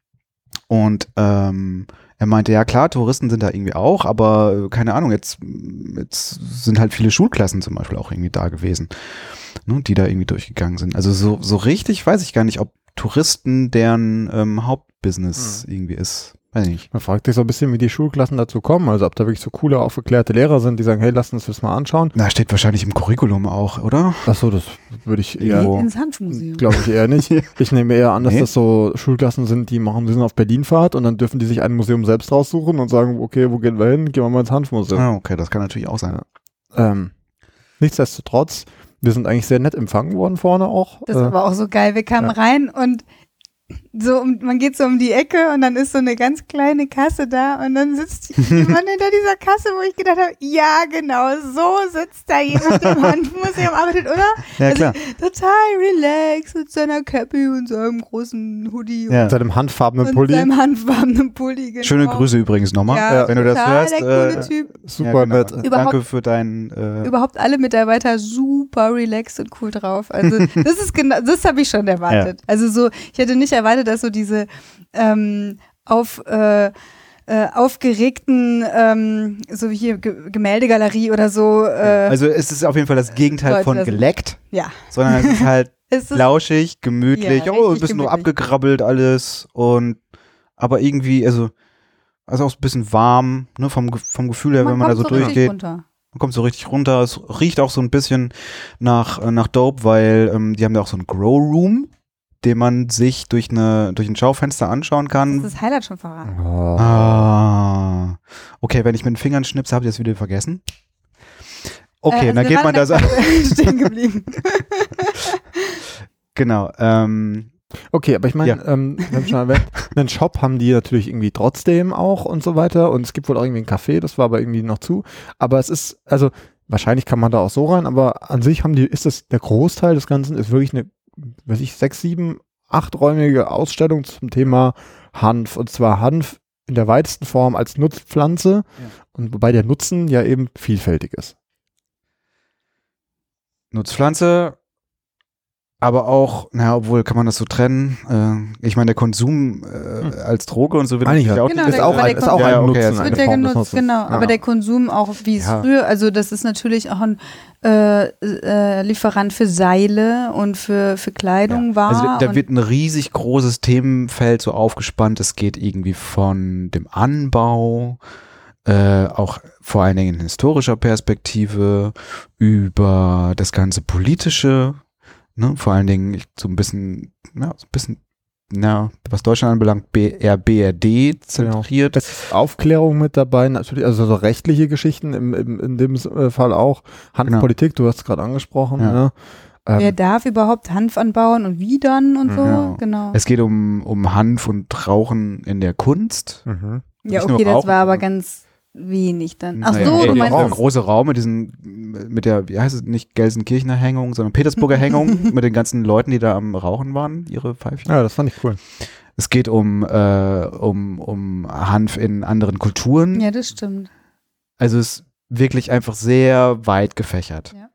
Speaker 1: und ähm, er meinte, ja klar, Touristen sind da irgendwie auch, aber äh, keine Ahnung, jetzt, jetzt sind halt viele Schulklassen zum Beispiel auch irgendwie da gewesen, ne, die da irgendwie durchgegangen sind. Also so, so richtig weiß ich gar nicht, ob Touristen deren ähm, Hauptbusiness hm. irgendwie ist. Weiß ich nicht.
Speaker 3: Man fragt sich so ein bisschen, wie die Schulklassen dazu kommen, also ob da wirklich so coole, aufgeklärte Lehrer sind, die sagen, hey, lass uns das mal anschauen.
Speaker 1: Na, steht wahrscheinlich im Curriculum auch, oder?
Speaker 3: Achso, das würde ich eher,
Speaker 2: ins Hanfmuseum.
Speaker 3: Glaube ich eher nicht. Ich nehme eher an, dass nee. das so Schulklassen sind, die machen, die sind auf Berlinfahrt und dann dürfen die sich ein Museum selbst raussuchen und sagen, okay, wo gehen wir hin? Gehen wir mal ins Hanfmuseum.
Speaker 1: Ah, okay, das kann natürlich auch sein.
Speaker 3: Ja. Ähm, nichtsdestotrotz, wir sind eigentlich sehr nett empfangen worden vorne auch.
Speaker 2: Das war auch so geil. Wir kamen ja. rein und so, um, man geht so um die Ecke und dann ist so eine ganz kleine Kasse da und dann sitzt jemand hinter dieser Kasse, wo ich gedacht habe, ja genau, so sitzt da jemand im Hanfmuseum, arbeitet, oder?
Speaker 1: Ja, klar.
Speaker 2: Also, total relaxed mit seiner Cappy und seinem großen Hoodie.
Speaker 3: Ja. Und seinem handfarbenen Pulli.
Speaker 2: Und seinem handfarbenen Pulli, genau.
Speaker 1: Schöne Grüße übrigens nochmal,
Speaker 2: ja,
Speaker 1: wenn du das hörst.
Speaker 2: Der coole
Speaker 1: äh,
Speaker 2: Typ.
Speaker 3: Super
Speaker 1: ja, genau.
Speaker 3: nett.
Speaker 2: Überhaupt,
Speaker 1: Danke für deinen... Äh,
Speaker 2: überhaupt alle Mitarbeiter super relaxed und cool drauf. Also das ist genau, das habe ich schon erwartet. Ja. Also so, ich hätte nicht erwartet, dass so diese ähm, auf äh, äh, aufgeregten ähm, so wie hier G- Gemäldegalerie oder so. Äh,
Speaker 1: also es ist auf jeden Fall das Gegenteil
Speaker 2: Leute,
Speaker 1: von
Speaker 2: das
Speaker 1: geleckt,
Speaker 2: ja.
Speaker 1: sondern es ist halt
Speaker 2: es ist,
Speaker 1: lauschig, gemütlich,
Speaker 2: ja,
Speaker 1: oh, ein bisschen
Speaker 2: gemütlich.
Speaker 1: nur abgegrabbelt alles und aber irgendwie, also also auch ein bisschen warm, ne, vom, vom Gefühl her,
Speaker 2: man
Speaker 1: wenn man da so,
Speaker 2: so
Speaker 1: durchgeht.
Speaker 2: Runter.
Speaker 1: Man kommt so richtig runter, es riecht auch so ein bisschen nach, nach Dope, weil ähm, die haben ja auch so einen Grow Room. den man sich durch, eine, durch ein Schaufenster anschauen kann.
Speaker 2: Das ist das Highlight schon verraten.
Speaker 3: Oh.
Speaker 1: Ah. Okay, wenn ich mit den Fingern schnipse, habe ich das wieder vergessen. Okay,
Speaker 2: äh, also
Speaker 1: dann geht man da so.
Speaker 2: Stehen geblieben.
Speaker 1: Genau. Ähm,
Speaker 3: Okay, aber ich meine,
Speaker 1: Ja.
Speaker 3: ähm, wir haben schon erwähnt, einen Shop haben die natürlich irgendwie trotzdem auch und so weiter und es gibt wohl auch irgendwie ein Café, das war aber irgendwie noch zu, aber es ist, also wahrscheinlich kann man da auch so rein, aber an sich haben die, ist das, der Großteil des Ganzen ist wirklich eine, weiß ich, sechs, sieben, achträumige Ausstellung zum Thema Hanf und zwar Hanf in der weitesten Form als Nutzpflanze und wobei der Nutzen ja eben vielfältig ist.
Speaker 1: Nutzpflanze, aber auch, naja, obwohl kann man das so trennen. Äh, ich meine, der Konsum äh,
Speaker 3: Hm.
Speaker 1: als Droge und so wird
Speaker 3: Eigentlich
Speaker 1: natürlich
Speaker 3: ja.
Speaker 1: auch
Speaker 2: Genau,
Speaker 3: ist
Speaker 2: der-
Speaker 3: auch
Speaker 2: aber
Speaker 3: ein,
Speaker 2: der
Speaker 3: ist auch
Speaker 1: Ja,
Speaker 3: ein
Speaker 1: okay,
Speaker 3: Nutzen,
Speaker 1: es
Speaker 2: Es
Speaker 3: eine
Speaker 2: wird ja
Speaker 3: Form des
Speaker 2: genutzt,
Speaker 3: Nutzens.
Speaker 2: genau.
Speaker 3: Ja.
Speaker 2: Aber der Konsum auch, wie es
Speaker 1: Ja.
Speaker 2: früher, also das ist natürlich auch ein äh, äh, Lieferant für Seile und für, für Kleidung war.
Speaker 1: Also da, da
Speaker 2: und
Speaker 1: wird ein riesig großes Themenfeld so aufgespannt. Es geht irgendwie von dem Anbau, äh, auch vor allen Dingen in historischer Perspektive, über das ganze Politische, ne? Vor allen Dingen ich- so ein bisschen, ja, so ein bisschen, na, was Deutschland anbelangt, B, eher B R D zentriert.
Speaker 3: Es ist Aufklärung mit dabei, natürlich, also so rechtliche Geschichten im, im, in dem äh, Fall auch. Handpolitik, du hast es gerade angesprochen.
Speaker 1: Ja.
Speaker 3: Ja. Ähm,
Speaker 2: wer darf überhaupt Hanf anbauen und wie dann und so?
Speaker 1: Ja.
Speaker 2: Genau.
Speaker 1: Es geht um, um Hanf und Rauchen in der Kunst.
Speaker 3: mhm.
Speaker 2: Ja,
Speaker 1: nicht nur
Speaker 2: okay, das
Speaker 1: Rauchen,
Speaker 2: war aber
Speaker 1: sondern-
Speaker 2: ganz wenig dann. Ach
Speaker 1: Naja,
Speaker 2: so,
Speaker 1: ey,
Speaker 2: du
Speaker 1: der,
Speaker 2: meinst
Speaker 1: der
Speaker 3: Raum.
Speaker 1: große Raum mit diesen, mit der, wie heißt es, nicht Gelsenkirchener Hängung, sondern Petersburger Hängung, mit den ganzen Leuten, die da am Rauchen waren, ihre Pfeifchen.
Speaker 3: Ja, das fand ich cool.
Speaker 1: Es geht um, äh, um, um Hanf in anderen Kulturen.
Speaker 2: Ja, das stimmt.
Speaker 1: Also es ist wirklich einfach sehr weit gefächert.
Speaker 2: Ja.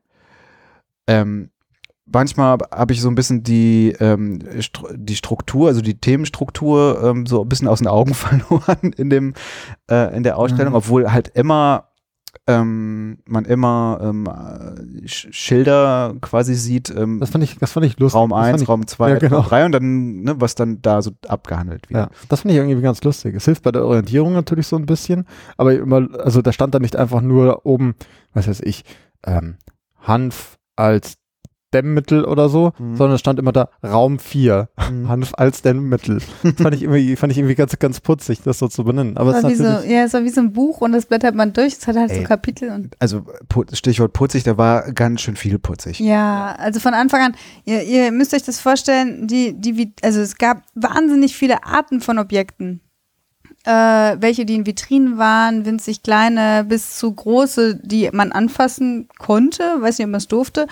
Speaker 1: Ähm, manchmal habe ich so ein bisschen die, ähm, Stru- die Struktur, also die Themenstruktur ähm, so ein bisschen aus den Augen verloren in dem, äh, in der Ausstellung,
Speaker 3: Mhm.
Speaker 1: obwohl halt immer ähm, man immer ähm, Sch- Schilder quasi sieht, ähm,
Speaker 3: Das fand ich, das fand ich lustig.
Speaker 1: Raum
Speaker 3: Das fand
Speaker 1: eins,
Speaker 3: ich,
Speaker 1: Raum zwei,
Speaker 3: ja, genau.
Speaker 1: Raum drei und dann, ne, was dann da so abgehandelt wird.
Speaker 3: ja, das finde ich irgendwie ganz lustig. Es hilft bei der Orientierung natürlich so ein bisschen, aber immer, also da stand da nicht einfach nur oben, was weiß ich, ähm, Hanf als Dämmmittel oder so,
Speaker 1: Mhm.
Speaker 3: sondern es stand immer da Raum vier,
Speaker 1: Mhm.
Speaker 3: Hanf als Dämmmittel. Das fand ich irgendwie, fand ich irgendwie ganz, ganz putzig, das so zu benennen. Aber es
Speaker 2: Es
Speaker 3: ist
Speaker 2: war wie so,
Speaker 3: natürlich,
Speaker 2: ja, es war wie so ein Buch und das blättert man durch. Es hat halt
Speaker 1: Ey.
Speaker 2: so Kapitel und
Speaker 1: Also pu- Stichwort putzig, da war ganz schön viel putzig.
Speaker 2: ja, also von Anfang an, ihr, ihr müsst euch das vorstellen, die, die, Vi- also es gab wahnsinnig viele Arten von Objekten. Äh, welche, die in Vitrinen waren, winzig kleine bis zu große, die man anfassen konnte, weiß nicht, ob man es durfte.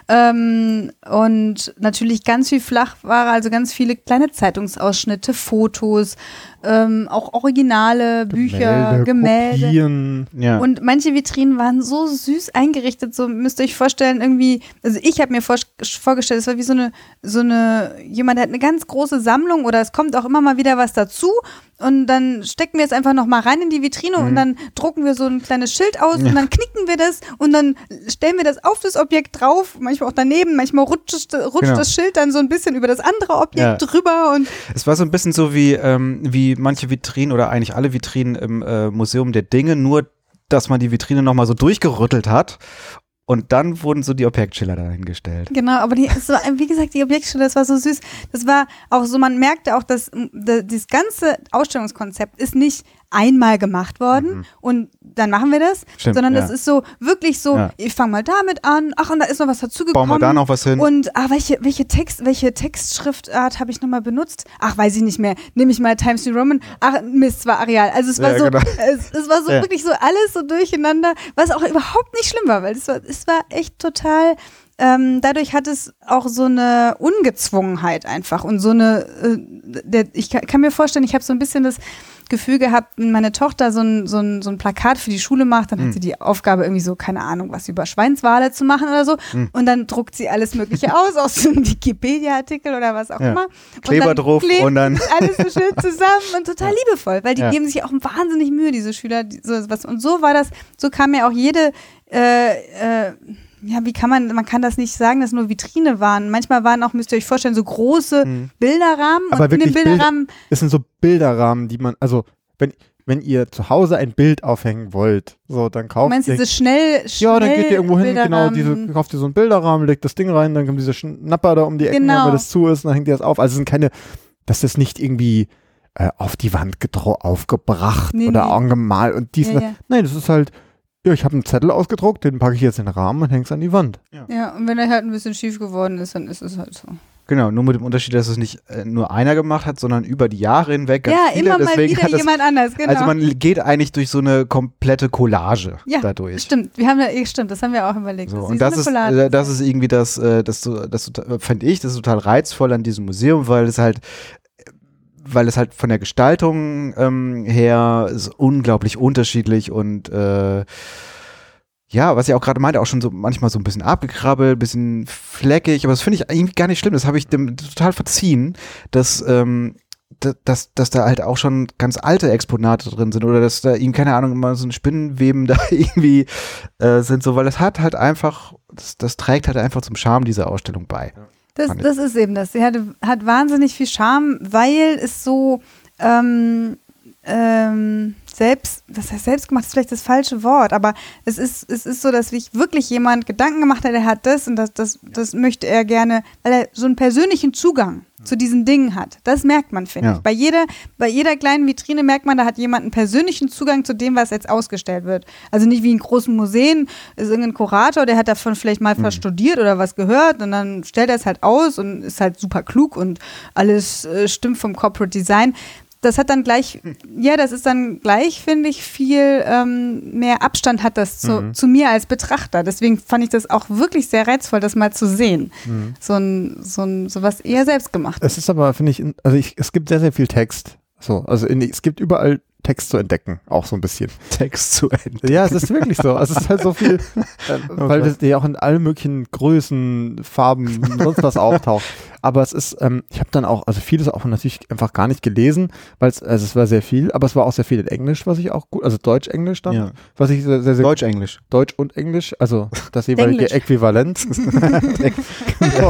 Speaker 2: Ähm, und natürlich ganz viel Flachware, also ganz viele kleine Zeitungsausschnitte, Fotos, ähm, auch Originale, Bücher, Gemälde.
Speaker 3: Kopien.
Speaker 1: Ja.
Speaker 2: Und manche Vitrinen waren so süß eingerichtet, so müsst ihr euch vorstellen, irgendwie, also ich habe mir vor, vorgestellt, es war wie so eine, so eine, jemand hat eine ganz große Sammlung oder es kommt auch immer mal wieder was dazu und dann stecken wir es einfach nochmal rein in die Vitrine
Speaker 1: Mhm.
Speaker 2: und dann drucken wir so ein kleines Schild aus
Speaker 1: Ja.
Speaker 2: und dann knicken wir das und dann stellen wir das auf das Objekt drauf, manchmal auch daneben, manchmal rutscht, rutscht
Speaker 1: Genau.
Speaker 2: das Schild dann so ein bisschen über das andere Objekt
Speaker 1: Ja.
Speaker 2: drüber und
Speaker 1: Es war so ein bisschen so wie, ähm, wie manche Vitrinen oder eigentlich alle Vitrinen im äh, Museum der Dinge, nur dass man die Vitrine nochmal so durchgerüttelt hat und dann wurden so die Objektschilder dahingestellt.
Speaker 2: genau, aber die, es war, wie gesagt, die Objektstelle, das war so süß. Das war auch so, man merkte auch, dass m, da- das ganze Ausstellungskonzept ist nicht einmal gemacht worden
Speaker 1: Mhm.
Speaker 2: und dann machen wir das,
Speaker 1: Stimmt,
Speaker 2: sondern
Speaker 1: ja.
Speaker 2: das ist so wirklich so,
Speaker 1: Ja.
Speaker 2: ich fange mal damit an, ach und da ist noch was
Speaker 1: Bauen
Speaker 2: dazugekommen.
Speaker 1: wir da noch was hin?
Speaker 2: Und ah, welche, welche Text, welche Textschriftart habe ich nochmal benutzt? Ach, weiß ich nicht mehr. Nehme ich mal Times New Roman. Ach, Mist, es war Areal. Also es war
Speaker 1: Ja,
Speaker 2: so,
Speaker 1: genau.
Speaker 2: es, es war so
Speaker 1: Ja.
Speaker 2: wirklich so alles so durcheinander, was auch überhaupt nicht schlimm war, weil es war, es war echt total. Ähm, dadurch hat es auch so eine Ungezwungenheit einfach und so eine, äh, der, ich kann, kann mir vorstellen, ich habe so ein bisschen das Gefühl gehabt, wenn meine Tochter so ein, so ein, so ein Plakat für die Schule macht, dann
Speaker 1: Mhm.
Speaker 2: hat sie die Aufgabe irgendwie so, keine Ahnung, was über Schweinswale zu machen oder so
Speaker 1: Mhm.
Speaker 2: und dann druckt sie alles mögliche aus, aus so einem Wikipedia-Artikel oder was auch
Speaker 1: Ja.
Speaker 2: immer.
Speaker 1: Kleber
Speaker 2: und dann
Speaker 1: drauf
Speaker 2: klebt
Speaker 1: und dann-
Speaker 2: alles so schön zusammen und total liebevoll, weil die
Speaker 1: Ja.
Speaker 2: geben sich auch wahnsinnig Mühe, diese Schüler. Die, so was. Und so war das, so kam ja auch jede äh, äh, ja, wie kann man, man kann das nicht sagen, dass nur Vitrine waren. Manchmal waren auch, müsst ihr euch vorstellen, so große
Speaker 1: Mhm.
Speaker 2: Bilderrahmen
Speaker 3: Aber
Speaker 2: und in den
Speaker 3: wirklich
Speaker 2: Bilderrahmen,
Speaker 3: Es sind so Bilderrahmen, die man, also wenn wenn ihr zu Hause ein Bild aufhängen wollt, so, dann kauft
Speaker 2: Du meinst
Speaker 3: ihr,
Speaker 2: diese schnell, schnell
Speaker 3: ja, dann geht ihr irgendwo hin, genau,
Speaker 2: Bilderrahmen.
Speaker 3: diese, kauft ihr so einen Bilderrahmen, legt das Ding rein, dann kommt dieser Schnapper da um die Ecke,
Speaker 2: Genau.
Speaker 3: wenn das zu ist, dann hängt ihr das auf. Also es sind keine, das ist nicht irgendwie äh, auf die Wand gedro- aufgebracht
Speaker 2: Nee,
Speaker 3: oder
Speaker 2: nee.
Speaker 3: angemalt und dies,
Speaker 2: Ja,
Speaker 3: und
Speaker 2: ja.
Speaker 3: das. Nein, das ist halt, ja, ich habe einen Zettel ausgedruckt, den packe ich jetzt in den Rahmen und hänge es an die Wand.
Speaker 2: Ja, und wenn er halt ein bisschen schief geworden ist, dann ist es halt so.
Speaker 1: Genau, nur mit dem Unterschied, dass es nicht äh, nur einer gemacht hat, sondern über die Jahre hinweg ganz
Speaker 2: Ja,
Speaker 1: viele.
Speaker 2: immer mal
Speaker 1: Deswegen
Speaker 2: wieder
Speaker 1: hat das,
Speaker 2: jemand anders, genau.
Speaker 1: Also man geht eigentlich durch so eine komplette Collage
Speaker 2: ja,
Speaker 1: dadurch.
Speaker 2: stimmt. Wir haben ja, eh, stimmt, das haben wir auch überlegt.
Speaker 1: So,
Speaker 2: Das
Speaker 1: und
Speaker 2: ist
Speaker 1: das
Speaker 2: eine
Speaker 1: ist,
Speaker 2: Collage.
Speaker 1: äh, das ist irgendwie das, äh, das, so- das so- finde ich, das ist total reizvoll an diesem Museum, weil es halt, weil es halt von der Gestaltung ähm, her ist unglaublich unterschiedlich und äh, ja, was ich auch gerade meinte, auch schon so manchmal so ein bisschen abgekrabbelt, bisschen fleckig, aber das finde ich irgendwie gar nicht schlimm. Das habe ich dem total verziehen, dass, ähm, da- dass, dass da halt auch schon ganz alte Exponate drin sind oder dass da ihm, keine Ahnung, immer so ein Spinnenweben da irgendwie äh, sind, so, weil das hat halt einfach, das, das trägt halt einfach zum Charme dieser Ausstellung bei.
Speaker 2: Das,
Speaker 1: fand ich.
Speaker 2: das ist eben das. Sie hatte, hat wahnsinnig viel Charme, weil es so ähm, ähm, selbst, das heißt selbstgemacht ist vielleicht das falsche Wort, aber es ist, es ist so, dass sich wirklich jemand Gedanken gemacht hat, er hat das und das, das, das möchte er gerne, weil er so einen persönlichen Zugang zu diesen Dingen hat. Das merkt man, finde
Speaker 1: Ja.
Speaker 2: ich. Bei jeder, bei jeder kleinen Vitrine merkt man, da hat jemand einen persönlichen Zugang zu dem, was jetzt ausgestellt wird. Also nicht wie in großen Museen, ist irgendein Kurator, der hat davon vielleicht mal was studiert oder was gehört und dann stellt er es halt aus und ist halt super klug und alles äh, stimmt vom Corporate Design. Das hat dann gleich, ja, das ist dann gleich, finde ich, viel ähm, mehr Abstand hat das zu,
Speaker 3: Mhm.
Speaker 2: zu mir als Betrachter. Deswegen fand ich das auch wirklich sehr reizvoll, das mal zu sehen.
Speaker 3: Mhm.
Speaker 2: So ein, so ein, so was eher selbst gemacht.
Speaker 3: Es ist aber, finde ich, in- also ich, es gibt sehr, sehr viel Text. So, also in, es gibt überall Text zu entdecken, auch so ein bisschen.
Speaker 1: Text zu Ende.
Speaker 3: Ja, es ist wirklich so. Also es ist halt so viel, äh, weil das ja auch in allen möglichen Größen, Farben, sonst was auftaucht. Aber es ist, ähm, ich habe dann auch, also vieles auch natürlich einfach gar nicht gelesen, weil es, also es war sehr viel, aber es war auch sehr viel in Englisch, was ich auch gut, also Deutsch-Englisch dann,
Speaker 1: Ja.
Speaker 3: was ich sehr, sehr, sehr
Speaker 1: Deutsch-Englisch.
Speaker 3: Deutsch und Englisch, also das jeweilige
Speaker 2: Englisch.
Speaker 3: Äquivalent. genau.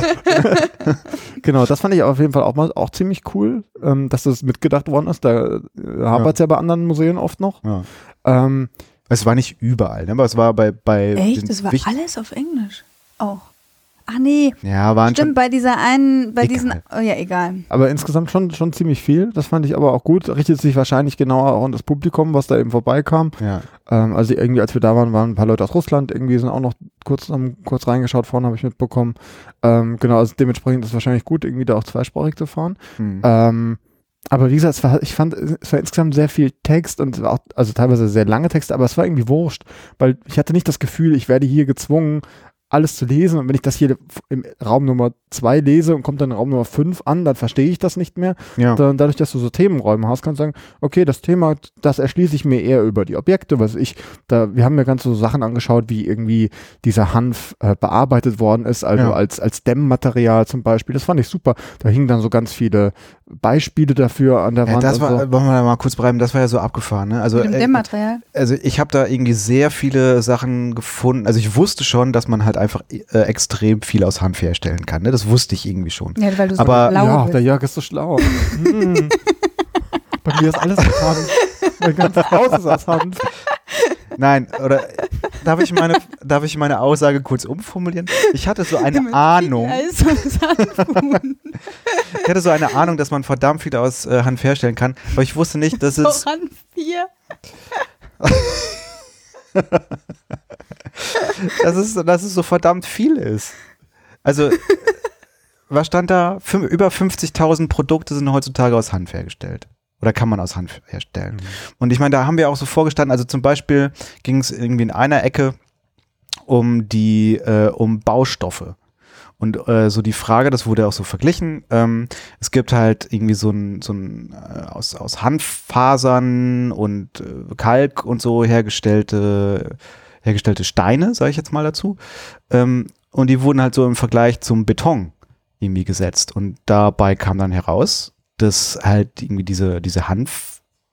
Speaker 3: genau, das fand ich auf jeden Fall auch mal auch ziemlich cool, ähm, dass das mitgedacht worden ist. Da äh, hapert es ja. bei anderen Museen oft noch.
Speaker 1: Ja.
Speaker 3: Ähm,
Speaker 1: Es war nicht überall, ne? aber es war bei, bei
Speaker 2: Echt?
Speaker 1: den
Speaker 2: Das war
Speaker 1: wichtigen-
Speaker 2: alles auf Englisch. Auch. Ach nee,
Speaker 1: Ja, waren
Speaker 2: stimmt,
Speaker 1: schon,
Speaker 2: bei dieser einen, bei
Speaker 1: Egal.
Speaker 2: diesen, oh ja, egal.
Speaker 3: aber insgesamt schon, schon ziemlich viel. Das fand ich aber auch gut. Richtet sich wahrscheinlich genauer auch an das Publikum, was da eben vorbeikam.
Speaker 1: ja.
Speaker 3: Ähm, also irgendwie, als wir da waren, waren ein paar Leute aus Russland, irgendwie sind auch noch kurz, haben kurz reingeschaut, vorne habe ich mitbekommen. Ähm, genau, also dementsprechend ist es wahrscheinlich gut, irgendwie da auch zweisprachig zu fahren.
Speaker 1: Hm.
Speaker 3: Ähm, aber wie gesagt, es war, ich fand, es war insgesamt sehr viel Text und es war auch, also teilweise sehr lange Texte, aber es war irgendwie wurscht, weil ich hatte nicht das Gefühl, ich werde hier gezwungen, alles zu lesen und wenn ich das hier im Raum Nummer zwei lese und kommt dann Raum Nummer fünf an, dann verstehe ich das nicht mehr.
Speaker 1: ja.
Speaker 3: Dann, dadurch, dass du so Themenräume hast, kannst du sagen, okay, das Thema, das erschließe ich mir eher über die Objekte, was ich, da, wir haben mir ganz so Sachen angeschaut, wie irgendwie dieser Hanf äh, bearbeitet worden ist, also
Speaker 1: Ja.
Speaker 3: als, als Dämmmaterial zum Beispiel, das fand ich super. Da hingen dann so ganz viele Beispiele dafür an der
Speaker 1: Ja,
Speaker 3: Wand.
Speaker 1: das
Speaker 3: und
Speaker 1: war,
Speaker 3: so.
Speaker 1: wollen wir da mal kurz bleiben, das war ja so abgefahren, ne? Also,
Speaker 2: Mit dem
Speaker 1: äh,
Speaker 2: Dämmmaterial.
Speaker 1: also ich habe da irgendwie sehr viele Sachen gefunden. Also ich wusste schon, dass man halt einfach äh, extrem viel aus Hanf herstellen kann. Ne? Das wusste ich irgendwie schon.
Speaker 2: Ja, weil du so
Speaker 1: Aber-
Speaker 2: blau
Speaker 3: Ja,
Speaker 2: bist.
Speaker 3: der Jörg ist so schlau. Hm. Bei mir ist alles aus Hanf. Mein ganzes Haus ist aus Hanf.
Speaker 1: Nein, oder darf ich meine, darf ich meine Aussage kurz umformulieren? Ich hatte so eine
Speaker 2: Mit
Speaker 1: Ahnung,
Speaker 2: Eis und Sandfuhren.
Speaker 1: ich hatte so eine Ahnung, dass man verdammt viel aus äh, Hanf herstellen kann, aber ich wusste nicht, dass es
Speaker 2: So Hanfbier.
Speaker 1: dass es, dass es so verdammt viel ist. Also, was stand da? Fün- über fünfzigtausend Produkte sind heutzutage aus Hanf hergestellt. Oder kann man aus Hanf herstellen. Und ich meine, da haben wir auch so vorgestanden, also zum Beispiel ging es irgendwie in einer Ecke um die, äh, um Baustoffe. Und äh, so die Frage, das wurde auch so verglichen, ähm, es gibt halt irgendwie so ein, so ein äh, aus, aus Hanffasern und äh, Kalk und so hergestellte, hergestellte Steine, sage ich jetzt mal dazu. Ähm, und die wurden halt so im Vergleich zum Beton irgendwie gesetzt. Und dabei kam dann heraus, dass halt irgendwie diese, diese Hanf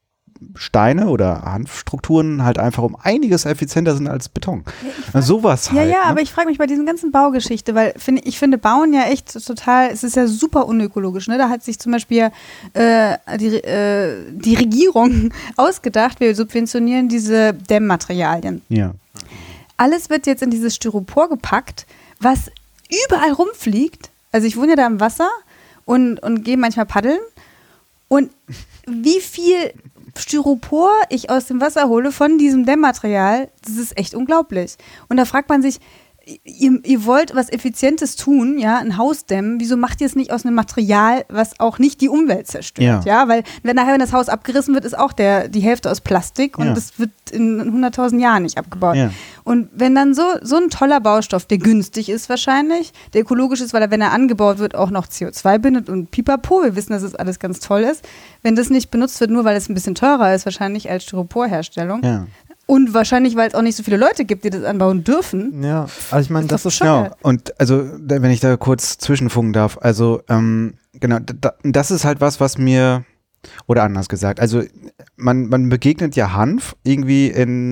Speaker 1: Steine oder Hanfstrukturen halt einfach um einiges effizienter sind als Beton. Ja, sowas halt.
Speaker 2: Ja, ja,
Speaker 1: ne?
Speaker 2: aber ich frage mich bei diesen ganzen Baugeschichte, weil find, ich finde Bauen ja echt total, es ist ja super unökologisch. Ne? Da hat sich zum Beispiel äh, die, äh, die Regierung ausgedacht, wir subventionieren diese Dämmmaterialien.
Speaker 1: Ja.
Speaker 2: Alles wird jetzt in dieses Styropor gepackt, was überall rumfliegt. Also ich wohne ja da am Wasser und, und gehe manchmal paddeln. Und wie viel Styropor ich aus dem Wasser hole von diesem Dämmmaterial, das ist echt unglaublich. Und da fragt man sich, ihr, ihr wollt was Effizientes tun, ja, ein Haus dämmen, wieso macht ihr es nicht aus einem Material, was auch nicht die Umwelt zerstört, ja, ja? Weil wenn nachher, wenn das Haus abgerissen wird, ist auch der, die Hälfte aus Plastik und
Speaker 1: ja.
Speaker 2: das wird in hunderttausend Jahren nicht abgebaut.
Speaker 1: Ja.
Speaker 2: Und wenn dann so, so ein toller Baustoff, der günstig ist wahrscheinlich, der ökologisch ist, weil er, wenn er angebaut wird, auch noch C O zwei bindet und pipapo, wir wissen, dass das alles ganz toll ist, wenn das nicht benutzt wird, nur weil es ein bisschen teurer ist, wahrscheinlich als Styroporherstellung,
Speaker 1: Ja.
Speaker 2: und wahrscheinlich, weil es auch nicht so viele Leute gibt, die das anbauen dürfen.
Speaker 3: Ja, also ich meine, das ist
Speaker 1: Genau, und also, da- wenn ich da kurz zwischenfunken darf, also, ähm, genau, da, das ist halt was, was mir, oder anders gesagt, also, man, man begegnet ja Hanf irgendwie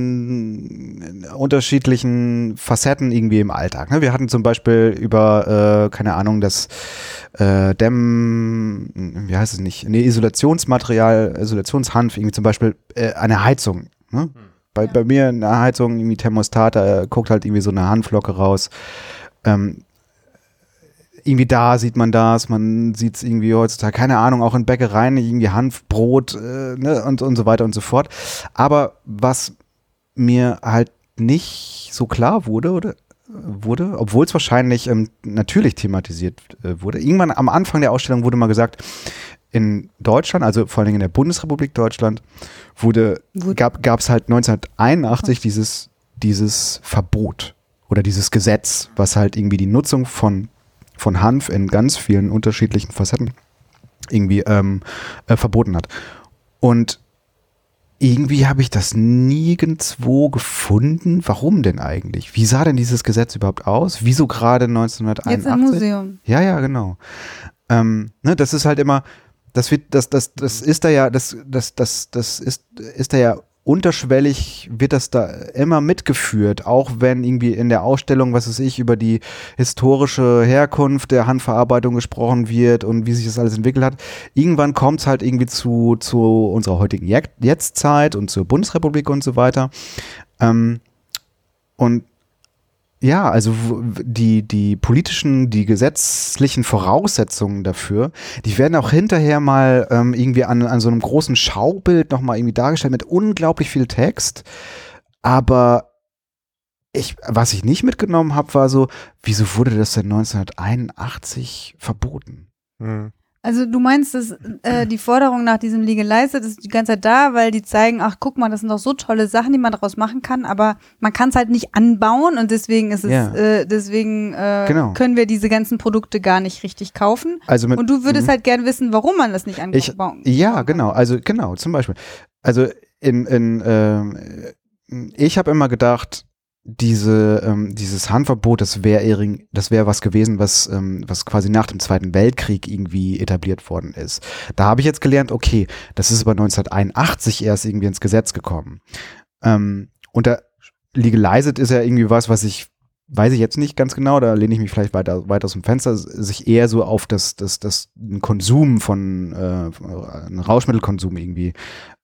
Speaker 1: in, in unterschiedlichen Facetten irgendwie im Alltag. Ne? Wir hatten zum Beispiel über, äh, keine Ahnung, das äh, Dämm, wie heißt es nicht, nee, Isolationsmaterial, Isolationshanf, irgendwie zum Beispiel äh, eine Heizung, ne? Bei,
Speaker 2: Ja.
Speaker 1: bei mir in der Heizung, irgendwie Thermostat, da guckt halt irgendwie so eine Hanflocke raus. Ähm, irgendwie da sieht man das, man sieht es irgendwie heutzutage, keine Ahnung, auch in Bäckereien, irgendwie Hanfbrot äh, ne, und, und so weiter und so fort. Aber was mir halt nicht so klar wurde, oder, wurde, obwohl es wahrscheinlich ähm, natürlich thematisiert äh, wurde, irgendwann am Anfang der Ausstellung wurde mal gesagt, in Deutschland, also vor allen Dingen in der Bundesrepublik Deutschland, wurde,
Speaker 2: Wurde.
Speaker 1: gab es halt neunzehnhunderteinundachtzig dieses, dieses Verbot oder dieses Gesetz, was halt irgendwie die Nutzung von, von Hanf in ganz vielen unterschiedlichen Facetten irgendwie ähm, äh, verboten hat. Und irgendwie habe ich das nirgendwo gefunden. Warum denn eigentlich? Wie sah denn dieses Gesetz überhaupt aus? Wieso gerade neunzehnhunderteinundachtzig?
Speaker 2: Jetzt im Museum.
Speaker 1: Ja, ja, genau. Ähm, ne, das ist halt immer, das wird, das, das, das ist da ja, das, das, das, das ist, ist da ja unterschwellig, wird das da immer mitgeführt, auch wenn irgendwie in der Ausstellung, was weiß ich, über die historische Herkunft der Handverarbeitung gesprochen wird und wie sich das alles entwickelt hat. Irgendwann kommt es halt irgendwie zu, zu unserer heutigen Jetztzeit und zur Bundesrepublik und so weiter. Ähm, und ja, also die, die politischen, die gesetzlichen Voraussetzungen dafür, die werden auch hinterher mal ähm, irgendwie an, an so einem großen Schaubild nochmal irgendwie dargestellt mit unglaublich viel Text. Aber ich, was ich nicht mitgenommen habe, war so, wieso wurde das denn neunzehnhunderteinundachtzig verboten?
Speaker 3: Mhm.
Speaker 2: Also du meinst, dass äh, die Forderung nach diesem Legalize ist die ganze Zeit da, weil die zeigen, ach guck mal, das sind doch so tolle Sachen, die man daraus machen kann, aber man kann es halt nicht anbauen und deswegen ist es,
Speaker 1: Ja.
Speaker 2: äh, deswegen äh,
Speaker 1: Genau.
Speaker 2: können wir diese ganzen Produkte gar nicht richtig kaufen.
Speaker 1: Also mit,
Speaker 2: Und du würdest
Speaker 1: Mhm.
Speaker 2: halt gern wissen, warum man das nicht
Speaker 1: Ich,
Speaker 2: anbauen
Speaker 1: ja,
Speaker 2: kann.
Speaker 1: genau, also genau, zum Beispiel. Also in, in ähm, ich habe immer gedacht, diese, ähm, dieses Hanfverbot, das wäre das wäre was gewesen, was, ähm, was quasi nach dem Zweiten Weltkrieg irgendwie etabliert worden ist. Da habe ich jetzt gelernt, okay, das ist aber neunzehnhunderteinundachtzig erst irgendwie ins Gesetz gekommen. Ähm, und da Legalized ist ja irgendwie was, was ich, weiß ich jetzt nicht ganz genau, da lehne ich mich vielleicht weiter, weiter aus dem Fenster, sich eher so auf das, das, das einen Konsum von, äh, einen Rauschmittelkonsum irgendwie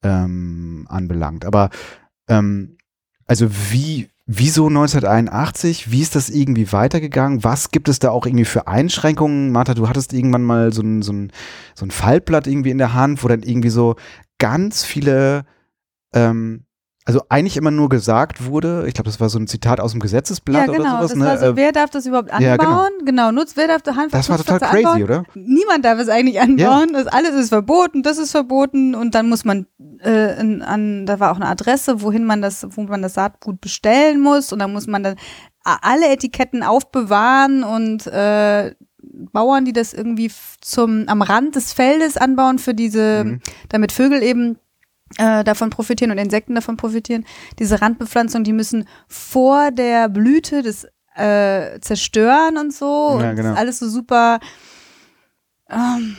Speaker 1: ähm, anbelangt. Aber ähm, also wie Wieso neunzehnhunderteinundachtzig? Wie ist das irgendwie weitergegangen? Was gibt es da auch irgendwie für Einschränkungen? Martha, du hattest irgendwann mal so ein, so ein, so ein Faltblatt irgendwie in der Hand, wo dann irgendwie so ganz viele, ähm, also eigentlich immer nur gesagt wurde, ich glaube, das war so ein Zitat aus dem Gesetzesblatt
Speaker 2: Ja, genau,
Speaker 1: oder sowas.
Speaker 2: das
Speaker 1: Ne?
Speaker 2: war so, wer darf das überhaupt anbauen?
Speaker 1: ja, genau.
Speaker 2: Genau, nutzt, wer darf da Hanf
Speaker 1: Das war total
Speaker 2: Nutzpflanze
Speaker 1: crazy,
Speaker 2: anbauen?
Speaker 1: oder?
Speaker 2: Niemand darf es eigentlich anbauen. Das alles ist verboten, das ist verboten und dann muss man äh, in, an, da war auch eine Adresse, wohin man das, wo man das Saatgut bestellen muss und dann muss man dann alle Etiketten aufbewahren und äh, Bauern, die das irgendwie zum am Rand des Feldes anbauen für diese,
Speaker 1: Mhm.
Speaker 2: damit Vögel eben äh, davon profitieren und Insekten davon profitieren. Diese Randbepflanzung, die müssen vor der Blüte das äh, zerstören und so.
Speaker 1: Ja,
Speaker 2: und
Speaker 1: genau.
Speaker 2: das ist alles so super. Ähm,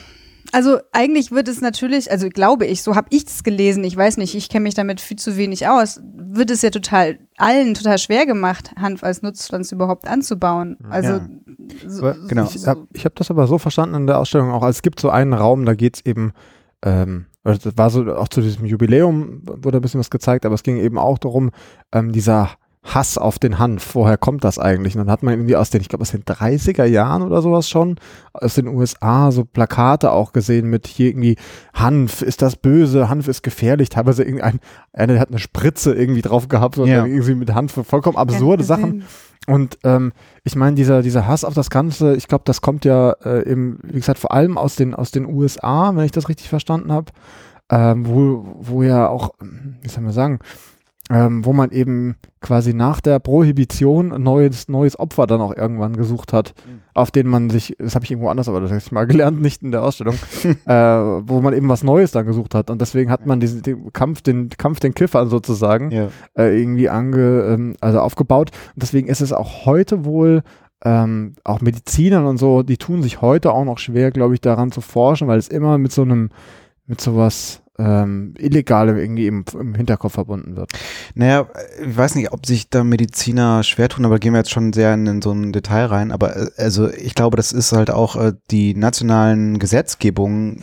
Speaker 2: Also eigentlich wird es natürlich, also glaube ich, so habe ich es gelesen, ich weiß nicht, ich kenne mich damit viel zu wenig aus, wird es ja total allen total schwer gemacht, Hanf als Nutzpflanze überhaupt anzubauen. Also
Speaker 1: Ja.
Speaker 2: so,
Speaker 3: Aber
Speaker 1: genau.
Speaker 3: Ich habe hab das aber so verstanden in der Ausstellung auch, als es gibt so einen Raum, da geht es eben, ähm, das war so auch zu diesem Jubiläum, wurde ein bisschen was gezeigt, aber es ging eben auch darum, ähm, dieser Hass auf den Hanf, woher kommt das eigentlich? Und dann hat man irgendwie aus den, ich glaube aus den dreißiger Jahren oder sowas schon, aus den U S A so Plakate auch gesehen mit hier irgendwie Hanf ist das böse, Hanf ist gefährlich, teilweise irgendein, einer hat eine Spritze irgendwie drauf gehabt und
Speaker 1: Ja.
Speaker 3: dann irgendwie mit Hanf vollkommen absurde Sachen. Und ähm, ich meine, dieser, dieser Hass auf das Ganze, ich glaube, das kommt ja äh, eben, wie gesagt, vor allem aus den, aus den U S A, wenn ich das richtig verstanden habe, ähm, wo, wo ja auch, wie soll man sagen, ähm, wo man eben quasi nach der Prohibition ein neues, neues Opfer dann auch irgendwann gesucht hat, mhm. auf den man sich, das habe ich irgendwo anders, aber das habe ich mal gelernt, nicht in der Ausstellung, äh, wo man eben was Neues dann gesucht hat und deswegen hat man diesen den Kampf, den Kampf den Kiffern sozusagen
Speaker 1: Ja.
Speaker 3: äh, irgendwie ange, ähm, also aufgebaut und deswegen ist es auch heute wohl ähm, auch Medizinern und so, die tun sich heute auch noch schwer, glaube ich, daran zu forschen, weil es immer mit so einem, mit sowas Ähm, Illegalem irgendwie im, im Hinterkopf verbunden wird.
Speaker 1: Naja, ich weiß nicht, ob sich da Mediziner schwer tun, aber da gehen wir jetzt schon sehr in, in so ein Detail rein. Aber äh, also ich glaube, das ist halt auch äh, die nationalen Gesetzgebungen,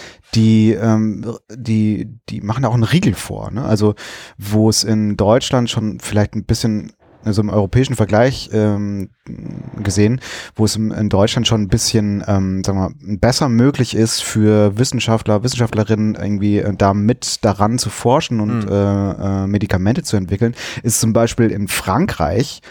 Speaker 1: die, ähm, die, die machen auch einen Riegel vor. Ne? Also wo es in Deutschland schon vielleicht ein bisschen, also im europäischen Vergleich ähm, gesehen, wo es in Deutschland schon ein bisschen, ähm, sagen wir mal, besser möglich ist für Wissenschaftler, Wissenschaftlerinnen irgendwie äh, da mit daran zu forschen und mhm. äh, äh, Medikamente zu entwickeln, ist zum Beispiel in Frankreich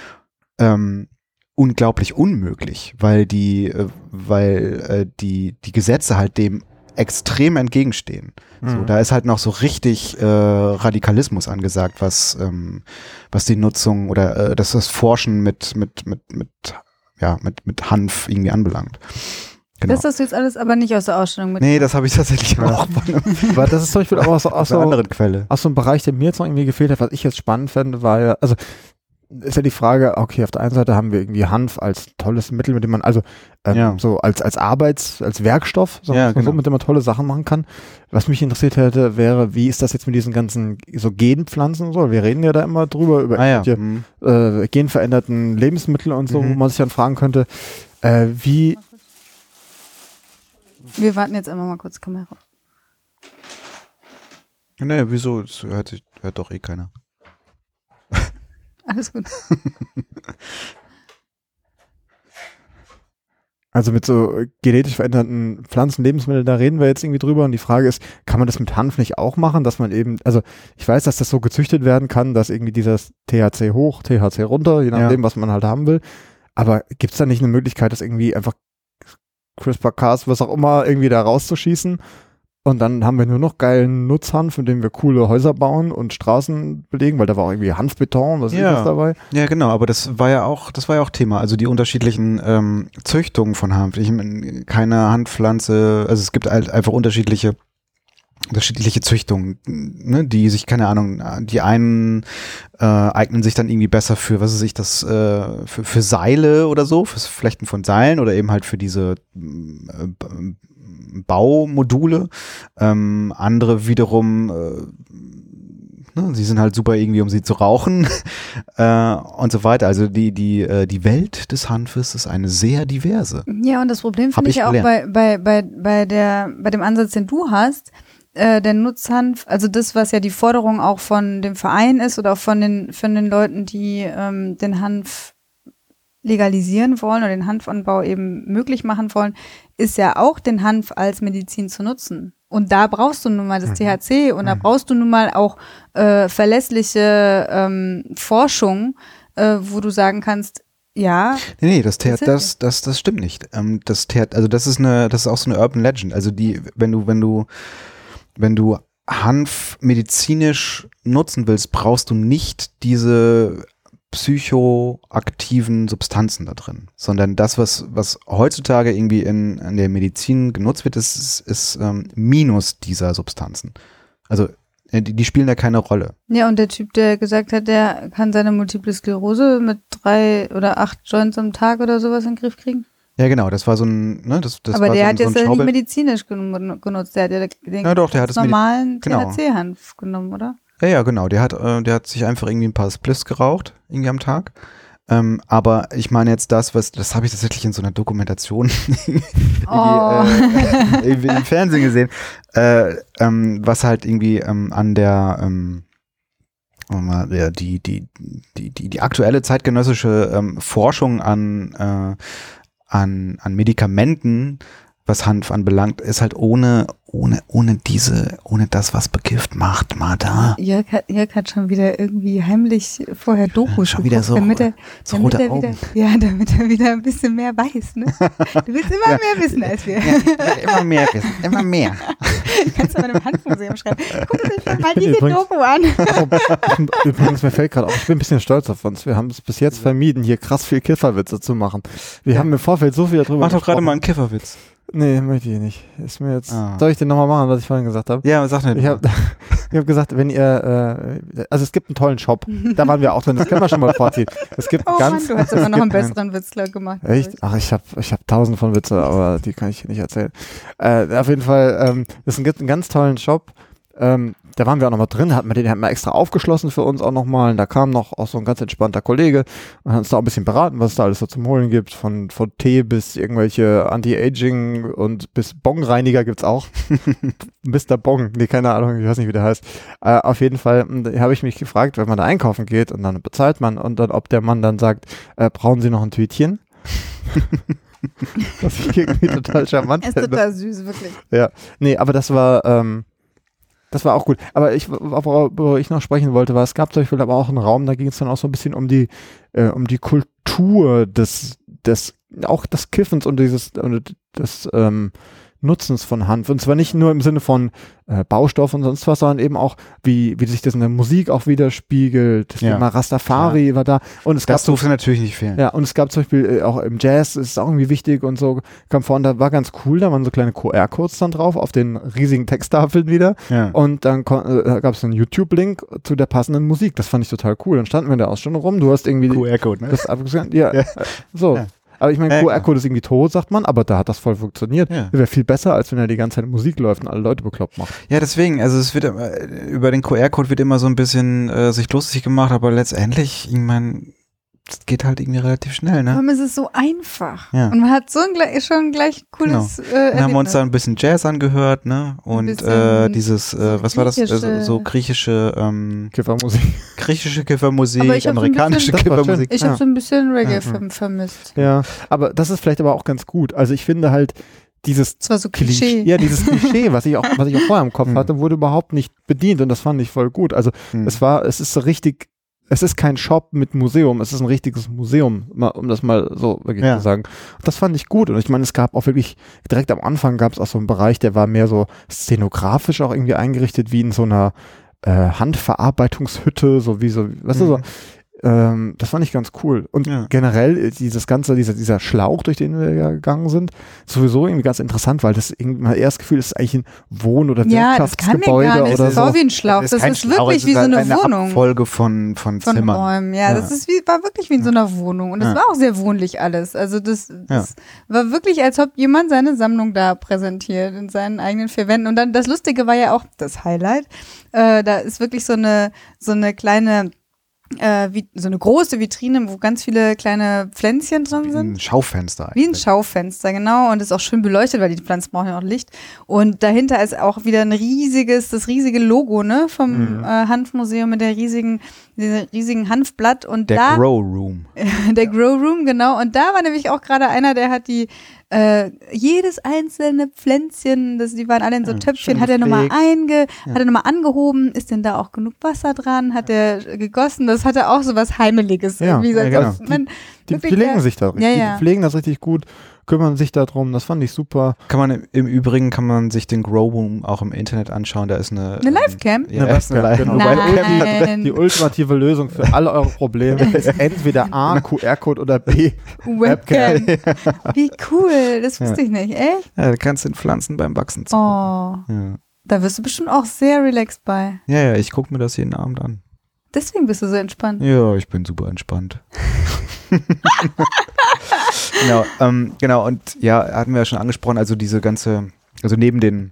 Speaker 1: ähm, unglaublich unmöglich, weil die, äh, weil äh, die, die Gesetze halt dem extrem entgegenstehen. Mhm. So, da ist halt noch so richtig äh, Radikalismus angesagt, was ähm, was die Nutzung oder äh, das, das Forschen mit mit mit mit ja mit mit Hanf irgendwie anbelangt. Genau.
Speaker 2: Das hast du jetzt alles aber nicht aus der Ausstellung mit.
Speaker 1: Nee, das habe ich tatsächlich
Speaker 3: ja.
Speaker 1: auch von einem,
Speaker 3: aber das ist zum Beispiel auch aus, aus,
Speaker 1: einer anderen Quelle.
Speaker 3: Aus so einem Bereich, der mir jetzt noch irgendwie gefehlt hat, was ich jetzt spannend fände, war ja, also ist ja die Frage, okay, auf der einen Seite haben wir irgendwie Hanf als tolles Mittel, mit dem man, also ähm, ja. so als als Arbeits-, als Werkstoff, so,
Speaker 1: ja, genau.
Speaker 3: so, mit dem man tolle Sachen machen kann. Was mich interessiert hätte, wäre, wie ist das jetzt mit diesen ganzen so Genpflanzen und so? Wir reden ja da immer drüber, über
Speaker 1: ah, ja.
Speaker 3: mhm. äh, genveränderten Lebensmittel und so, mhm. wo man sich dann fragen könnte, äh, wie...
Speaker 2: Wir warten jetzt einmal mal kurz Kamera.
Speaker 1: Nee, wieso? Das hört, sich, hört doch eh keiner.
Speaker 2: Alles gut.
Speaker 3: Also mit so genetisch veränderten Pflanzen, Lebensmitteln, da reden wir jetzt irgendwie drüber und die Frage ist, kann man das mit Hanf nicht auch machen, dass man eben, also ich weiß, dass das so gezüchtet werden kann, dass irgendwie dieses T H C hoch, T H C runter, je nachdem, ja. was man halt haben will, aber gibt es da nicht eine Möglichkeit, das irgendwie einfach CRISPR-Cas, was auch immer, irgendwie da rauszuschießen? Und dann haben wir nur noch geilen Nutzhanf, mit dem wir coole Häuser bauen und Straßen belegen, weil da war auch irgendwie Hanfbeton, was
Speaker 1: ja.
Speaker 3: ist das dabei?
Speaker 1: Ja, genau, aber das war ja auch, das war ja auch Thema, also die unterschiedlichen ähm, Züchtungen von Hanf. Ich meine, keine Hanfpflanze, also es gibt halt einfach unterschiedliche unterschiedliche Züchtungen, ne, die sich, keine Ahnung, die einen äh, eignen sich dann irgendwie besser für, was weiß ich, das, äh, für, für Seile oder so, fürs Flechten von Seilen oder eben halt für diese äh, Baumodule. Ähm, andere wiederum, äh, ne, sie sind halt super irgendwie, um sie zu rauchen äh, und so weiter. Also die, die, äh, die Welt des Hanfes ist eine sehr diverse.
Speaker 2: Ja, und das Problem finde ich ja auch bei, bei, bei, bei, der, bei dem Ansatz, den du hast, äh, der Nutzhanf, also das, was ja die Forderung auch von dem Verein ist oder auch von den, von den Leuten, die ähm, den Hanf legalisieren wollen oder den Hanfanbau eben möglich machen wollen, ist ja auch den Hanf als Medizin zu nutzen. Und da brauchst du nun mal das mhm. T H C und da brauchst du nun mal auch äh, verlässliche ähm, Forschung, äh, wo du sagen kannst, ja.
Speaker 1: Nee, nee, das, das, das, das, das stimmt nicht. Ähm, das, also das ist eine, das ist auch so eine Urban Legend. Also die, wenn du, wenn du, wenn du Hanf medizinisch nutzen willst, brauchst du nicht diese psychoaktiven Substanzen da drin, sondern das, was, was heutzutage irgendwie in, in der Medizin genutzt wird, ist, ist, ist ähm, minus dieser Substanzen. Also die, die spielen da keine Rolle.
Speaker 2: Ja, und der Typ, der gesagt hat, der kann seine Multiple Sklerose mit drei oder acht Joints am Tag oder sowas in den Griff kriegen?
Speaker 1: Ja, genau, das war so ein, ne, das, das
Speaker 2: Aber
Speaker 1: war
Speaker 2: der
Speaker 1: so
Speaker 2: hat
Speaker 1: ein, so
Speaker 2: jetzt
Speaker 1: ein
Speaker 2: ja nicht
Speaker 1: Schaubild.
Speaker 2: medizinisch gen- genutzt, der hat ja den
Speaker 1: Ja, doch, der hat es medi-
Speaker 2: normalen
Speaker 1: genau.
Speaker 2: T H C-Hanf genommen, oder?
Speaker 1: Ja, ja, genau, der hat, äh, der hat sich einfach irgendwie ein paar Spliffs geraucht, irgendwie am Tag. Ähm, aber ich meine jetzt das, was, das habe ich tatsächlich in so einer Dokumentation
Speaker 2: Oh.
Speaker 1: äh, irgendwie im Fernsehen gesehen, äh, ähm, was halt irgendwie ähm, an der, ähm, mal, ja, die, die, die, die, die aktuelle zeitgenössische ähm, Forschung an, äh, an, an Medikamenten, was Hanf anbelangt, ist halt ohne, ohne, ohne diese, ohne das, was Begift macht, mal da.
Speaker 2: Jörg hat, Jörg hat schon wieder irgendwie heimlich vorher Dokus
Speaker 1: Schon wieder
Speaker 2: geguckt,
Speaker 1: so,
Speaker 2: damit er,
Speaker 1: so
Speaker 2: damit
Speaker 1: rote
Speaker 2: er wieder,
Speaker 1: Augen.
Speaker 2: ja, damit er wieder ein bisschen mehr weiß, ne? Du willst immer
Speaker 1: Ja.
Speaker 2: mehr wissen als wir.
Speaker 1: Ja, immer mehr wissen, immer mehr.
Speaker 2: Kannst du bei einem Hanfmuseum schreiben. Guck dir mal
Speaker 3: bin
Speaker 2: diese
Speaker 3: übrigens-
Speaker 2: Doku an.
Speaker 3: Übrigens, mir fällt gerade auf, ich bin ein bisschen stolz auf uns. Wir haben es bis jetzt vermieden, hier krass viel Kifferwitze zu machen. Wir
Speaker 1: Ja.
Speaker 3: haben im Vorfeld so viel darüber
Speaker 1: Mach doch gerade
Speaker 3: gesprochen.
Speaker 1: mal einen Kifferwitz.
Speaker 3: Nee, möchte ich nicht. Ist mir jetzt.
Speaker 1: Ah.
Speaker 3: Soll ich den nochmal machen, was ich vorhin gesagt habe?
Speaker 1: Ja, sag nicht.
Speaker 3: Ich habe ich hab gesagt, wenn ihr, äh, also es gibt einen tollen Shop, da waren wir auch drin, das können wir schon mal vorziehen. Es gibt
Speaker 2: Oh
Speaker 3: ganz,
Speaker 2: Mann, du hast
Speaker 3: es
Speaker 2: immer noch einen
Speaker 3: gibt
Speaker 2: besseren Witz gemacht.
Speaker 3: Echt? Ach, ich habe ich hab tausend von Witze, aber die kann ich nicht erzählen. Äh, auf jeden Fall, ähm, es gibt einen ganz tollen Shop. Ähm, da waren wir auch nochmal drin, hatten wir den hatten wir extra aufgeschlossen für uns auch nochmal. Und da kam noch auch so ein ganz entspannter Kollege und hat uns da auch ein bisschen beraten, was es da alles so zum Holen gibt. Von, von Tee bis irgendwelche Anti-Aging und bis Bongreiniger gibt's auch. Mister Bong, nee, keine Ahnung, ich weiß nicht, wie der heißt. Äh, auf jeden Fall habe ich mich gefragt, wenn man da einkaufen geht und dann bezahlt man und dann, ob der Mann dann sagt, äh, brauchen Sie noch ein Tütchen? Was ich irgendwie total charmant
Speaker 2: Er ist
Speaker 3: finde.
Speaker 2: total süß, wirklich.
Speaker 3: Ja, nee, aber das war, ähm, das war auch gut. Aber ich, worüber ich noch sprechen wollte, war, es gab zum Beispiel aber auch einen Raum, da ging es dann auch so ein bisschen um die, äh, um die Kultur des, des, auch des Kiffens und dieses, und des, ähm, Nutzens von Hanf. Und zwar nicht nur im Sinne von äh, Baustoff und sonst was, sondern eben auch, wie, wie sich das in der Musik auch widerspiegelt. Das
Speaker 1: Ja.
Speaker 3: Thema Rastafari war da. Und es
Speaker 1: Das
Speaker 3: gab
Speaker 1: durfte natürlich nicht fehlen.
Speaker 3: ja, und es gab zum Beispiel äh, auch im Jazz, ist es auch irgendwie wichtig und so, kam vor und da war ganz cool, da waren so kleine Q R-Codes dann drauf, auf den riesigen Texttafeln wieder
Speaker 1: Ja.
Speaker 3: und dann kon- äh, gab es einen YouTube-Link zu der passenden Musik, das fand ich total cool, dann standen wir in der Ausstellung rum, du hast irgendwie
Speaker 1: Q R-Code, ne?
Speaker 3: das abgescannt, ja,
Speaker 1: Ja.
Speaker 3: äh, so.
Speaker 1: Ja.
Speaker 3: Aber ich meine,
Speaker 1: Ja,
Speaker 3: Q R-Code ist irgendwie tot, sagt man, aber da hat das voll funktioniert.
Speaker 1: Ja.
Speaker 3: Wäre viel besser, als wenn er die ganze Zeit Musik läuft und alle Leute bekloppt macht.
Speaker 1: Ja, deswegen, also es wird immer- über den Q R-Code wird immer so ein bisschen äh, sich lustig gemacht, aber letztendlich, ich meine, es geht halt irgendwie relativ schnell, ne?
Speaker 2: Warum ist es so einfach?
Speaker 1: Ja.
Speaker 2: Und man hat so ein, gle- schon gleich cooles äh,
Speaker 1: Dann haben wir uns
Speaker 2: Erlebnis.
Speaker 1: da ein bisschen Jazz angehört, ne? Und
Speaker 2: bisschen
Speaker 1: äh, dieses, äh,
Speaker 2: so
Speaker 1: was war das?
Speaker 2: griechische-
Speaker 1: Äh, so griechische, ähm,
Speaker 3: Kiffermusik.
Speaker 1: griechische Kiffermusik,
Speaker 2: Aber ich hab so ein
Speaker 1: amerikanische
Speaker 3: bisschen- Das war
Speaker 1: Kiffermusik.
Speaker 2: Ich
Speaker 3: Ja.
Speaker 2: habe so ein bisschen Reggae
Speaker 3: Ja.
Speaker 2: ver- vermisst.
Speaker 3: Ja, aber das ist vielleicht aber auch ganz gut. Also ich finde halt, dieses
Speaker 2: Es war so
Speaker 3: Klischee.
Speaker 2: Klischee.
Speaker 3: Ja, dieses Klischee, was ich auch, was ich auch vorher im Kopf
Speaker 1: Hm.
Speaker 3: hatte, wurde überhaupt nicht bedient und das fand ich voll gut. Also
Speaker 1: Hm.
Speaker 3: es war, es ist so richtig, es ist kein Shop mit Museum, es ist ein richtiges Museum, mal, um das mal so wirklich
Speaker 1: Ja.
Speaker 3: zu sagen. Und das fand ich gut und ich meine, es gab auch wirklich, direkt am Anfang gab es auch so einen Bereich, der war mehr so szenografisch auch irgendwie eingerichtet, wie in so einer äh, Handverarbeitungshütte, so wie so, weißt du, so,
Speaker 1: Mhm.
Speaker 3: ähm, das fand ich ganz cool. Und
Speaker 1: Ja.
Speaker 3: generell äh, dieses ganze, dieser, dieser Schlauch, durch den wir ja gegangen sind, sowieso irgendwie ganz interessant, weil das irgendwie mal eher das Gefühl ist, es ist eigentlich ein Wohn- oder
Speaker 2: Ja, das kann mir
Speaker 3: Wirtschaftsgebäude
Speaker 2: gar nicht.
Speaker 3: oder
Speaker 2: Das ist
Speaker 3: so.
Speaker 2: auch wie ein Schlauch.
Speaker 1: Es
Speaker 2: Das
Speaker 1: kein
Speaker 2: ist
Speaker 1: Schlauch,
Speaker 2: wirklich
Speaker 1: es
Speaker 2: wie
Speaker 1: ist
Speaker 2: so
Speaker 1: halt
Speaker 2: eine, Wohnung.
Speaker 1: Abfolge von, von,
Speaker 2: Von
Speaker 1: Zimmern.
Speaker 2: Räumen, ja,
Speaker 1: Ja.
Speaker 2: das ist wie, war wirklich wie in so einer Wohnung und es
Speaker 1: Ja.
Speaker 2: war auch sehr wohnlich alles. Also das, das war wirklich, als ob jemand seine Sammlung da präsentiert in seinen eigenen vier Wänden. Und dann das Lustige war ja auch das Highlight. Äh, da ist wirklich so eine so eine kleine äh, wie, so eine große Vitrine, wo ganz viele kleine Pflänzchen drin sind.
Speaker 1: Ein Schaufenster
Speaker 2: Wie ein
Speaker 1: eigentlich.
Speaker 2: Schaufenster, genau. Und ist auch schön beleuchtet, weil die Pflanzen brauchen ja auch Licht. Und dahinter ist auch wieder ein riesiges, das riesige Logo, ne, vom
Speaker 1: Mhm.
Speaker 2: äh, Hanfmuseum mit der riesigen, diesem riesigen Hanfblatt. Und
Speaker 1: Der
Speaker 2: da,
Speaker 1: Grow Room.
Speaker 2: der Grow Room, genau. Und da war nämlich auch gerade einer, der hat die, äh, jedes einzelne Pflänzchen, das, die waren alle in so
Speaker 1: Ja,
Speaker 2: Töpfchen,
Speaker 1: schön
Speaker 2: hat er nochmal
Speaker 1: gepflegt.
Speaker 2: einge,
Speaker 1: Ja.
Speaker 2: hat er nochmal angehoben, ist denn da auch genug Wasser dran, hat er gegossen, das hatte auch so was Heimeliges.
Speaker 3: Ja,
Speaker 2: irgendwie.
Speaker 1: ja,
Speaker 2: So,
Speaker 1: genau.
Speaker 2: man,
Speaker 3: Die
Speaker 2: wirklich,
Speaker 3: pflegen
Speaker 2: ja.
Speaker 3: sich da richtig,
Speaker 2: Ja, ja.
Speaker 3: die pflegen das richtig gut, kümmern sich darum, das fand ich super.
Speaker 1: Kann man im- im Übrigen kann man sich den Grow Room auch im Internet anschauen. Da ist eine
Speaker 2: Eine Livecam?
Speaker 1: Ja,
Speaker 3: Eine
Speaker 1: da ist eine, Live
Speaker 3: Webcam,
Speaker 1: eine
Speaker 3: genau.
Speaker 1: Webcam da drin.
Speaker 2: Nein.
Speaker 3: Die ultimative Lösung für alle eure Probleme ist entweder A, Q R-Code oder B,
Speaker 2: Webcam. Wie cool, das wusste ich nicht, echt?
Speaker 1: Ja, da kannst du den Pflanzen beim Wachsen zu.
Speaker 2: Oh,
Speaker 1: Ja.
Speaker 2: da wirst du bestimmt auch sehr relaxed bei.
Speaker 1: ja, ja, ich gucke mir das jeden Abend an.
Speaker 2: Deswegen bist du so entspannt.
Speaker 1: Ja, ich bin super entspannt. genau, ähm, genau, und ja, hatten wir ja schon angesprochen, also diese ganze, also neben den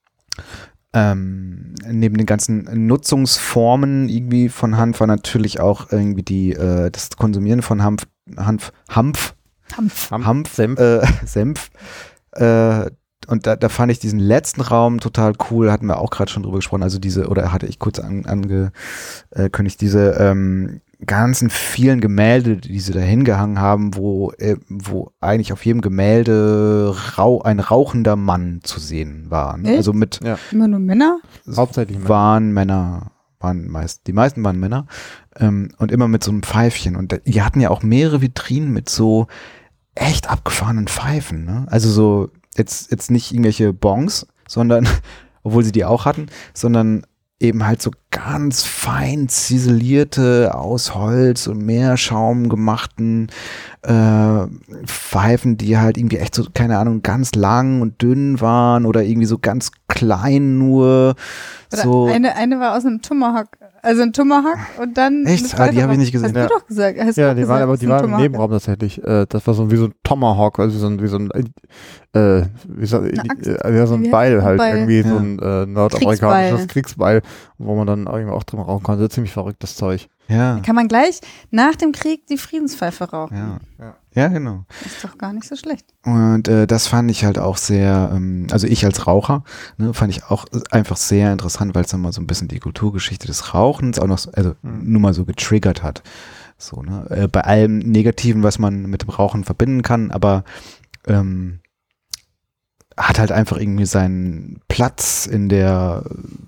Speaker 1: ähm, neben den ganzen Nutzungsformen irgendwie von Hanf war natürlich auch irgendwie die, äh, das Konsumieren von Hanf, Hanf, Hanf,
Speaker 2: Hanf,
Speaker 1: Hanf, Senf, äh, Senf, äh, und da, da fand ich diesen letzten Raum total cool, hatten wir auch gerade schon drüber gesprochen, also diese, oder hatte ich kurz an, angekündigt, diese ähm, ganzen vielen Gemälde, die sie da hingehangen haben, wo, äh, wo eigentlich auf jedem Gemälde rau, ein rauchender Mann zu sehen war. Ne? Also mit
Speaker 3: ja.
Speaker 2: Immer nur Männer?
Speaker 3: Hauptsächlich Männer.
Speaker 1: Waren Männer, waren meist, die meisten waren Männer ähm, und immer mit so einem Pfeifchen. Und die hatten ja auch mehrere Vitrinen mit so echt abgefahrenen Pfeifen. Ne? Also so jetzt, jetzt nicht irgendwelche Bongs, sondern, obwohl sie die auch hatten, sondern eben halt so ganz fein ziselierte, aus Holz und Meerschaum gemachten äh, Pfeifen, die halt irgendwie echt so, keine Ahnung, ganz lang und dünn waren oder irgendwie so ganz klein nur.
Speaker 2: Oder
Speaker 1: so.
Speaker 2: Eine, eine war aus einem Tomahawk, also ein Tomahawk und dann.
Speaker 1: Echt? Ah, die habe ich nicht gesehen.
Speaker 2: Hast
Speaker 1: Ja.
Speaker 2: du doch gesagt. Hast
Speaker 3: Ja,
Speaker 2: du
Speaker 3: die
Speaker 2: gesagt,
Speaker 3: waren aber
Speaker 2: das
Speaker 3: die
Speaker 2: ist ein
Speaker 3: waren im
Speaker 2: Tomahawk.
Speaker 3: Nebenraum tatsächlich. Äh, das war so wie so ein Tomahawk, also wie so ein, wie so ein äh, wie so,
Speaker 2: Eine Axt.
Speaker 3: äh, ja, so ein
Speaker 2: Wie heißt
Speaker 3: Beil
Speaker 2: das?
Speaker 3: halt,
Speaker 2: Beil.
Speaker 3: irgendwie
Speaker 1: Ja.
Speaker 3: so ein äh, nordamerikanisches Kriegsbeil, wo man dann irgendwie auch drin rauchen konnte. Ziemlich verrücktes Zeug.
Speaker 1: Ja.
Speaker 2: Kann man gleich nach dem Krieg die Friedenspfeife rauchen.
Speaker 1: Ja.
Speaker 3: Ja.
Speaker 1: Ja, genau.
Speaker 2: Ist doch gar nicht so schlecht.
Speaker 1: Und äh, das fand ich halt auch sehr, ähm, also ich als Raucher, ne, fand ich auch einfach sehr interessant, weil es dann mal so ein bisschen die Kulturgeschichte des Rauchens auch noch, so, also
Speaker 3: Mhm.
Speaker 1: nur mal so getriggert hat. So, ne? Äh, bei allem Negativen, was man mit dem Rauchen verbinden kann, aber ähm, hat halt einfach irgendwie seinen Platz in der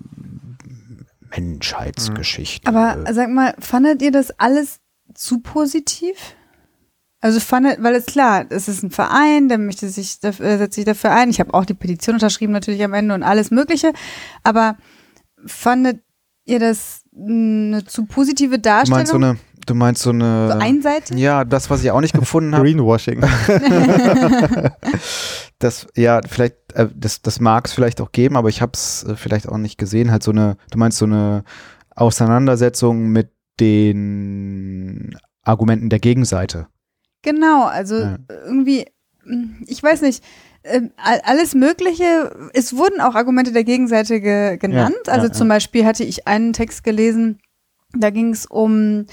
Speaker 1: Menschheitsgeschichte.
Speaker 2: Aber sag mal, fandet ihr das alles zu positiv? Also fandet, weil es klar, es ist ein Verein, der möchte sich, der setzt sich dafür ein. Ich habe auch die Petition unterschrieben natürlich am Ende und alles Mögliche. Aber fandet ihr das eine zu positive
Speaker 1: Du meinst so
Speaker 2: Darstellung?
Speaker 1: eine, du meinst so eine,
Speaker 2: So einseitig?
Speaker 1: ja, das, was ich auch nicht gefunden habe.
Speaker 3: Greenwashing.
Speaker 1: Das, ja, vielleicht, äh, das, das mag es vielleicht auch geben, aber ich habe es äh, vielleicht auch nicht gesehen. Halt so eine, du meinst so eine Auseinandersetzung mit den Argumenten der Gegenseite.
Speaker 2: Genau, also
Speaker 1: Ja.
Speaker 2: irgendwie, ich weiß nicht, ähm, all- alles Mögliche, es wurden auch Argumente der Gegenseite ge genannt.
Speaker 1: Ja,
Speaker 2: Also
Speaker 1: ja,
Speaker 2: zum Beispiel hatte ich einen Text gelesen, da ging es um,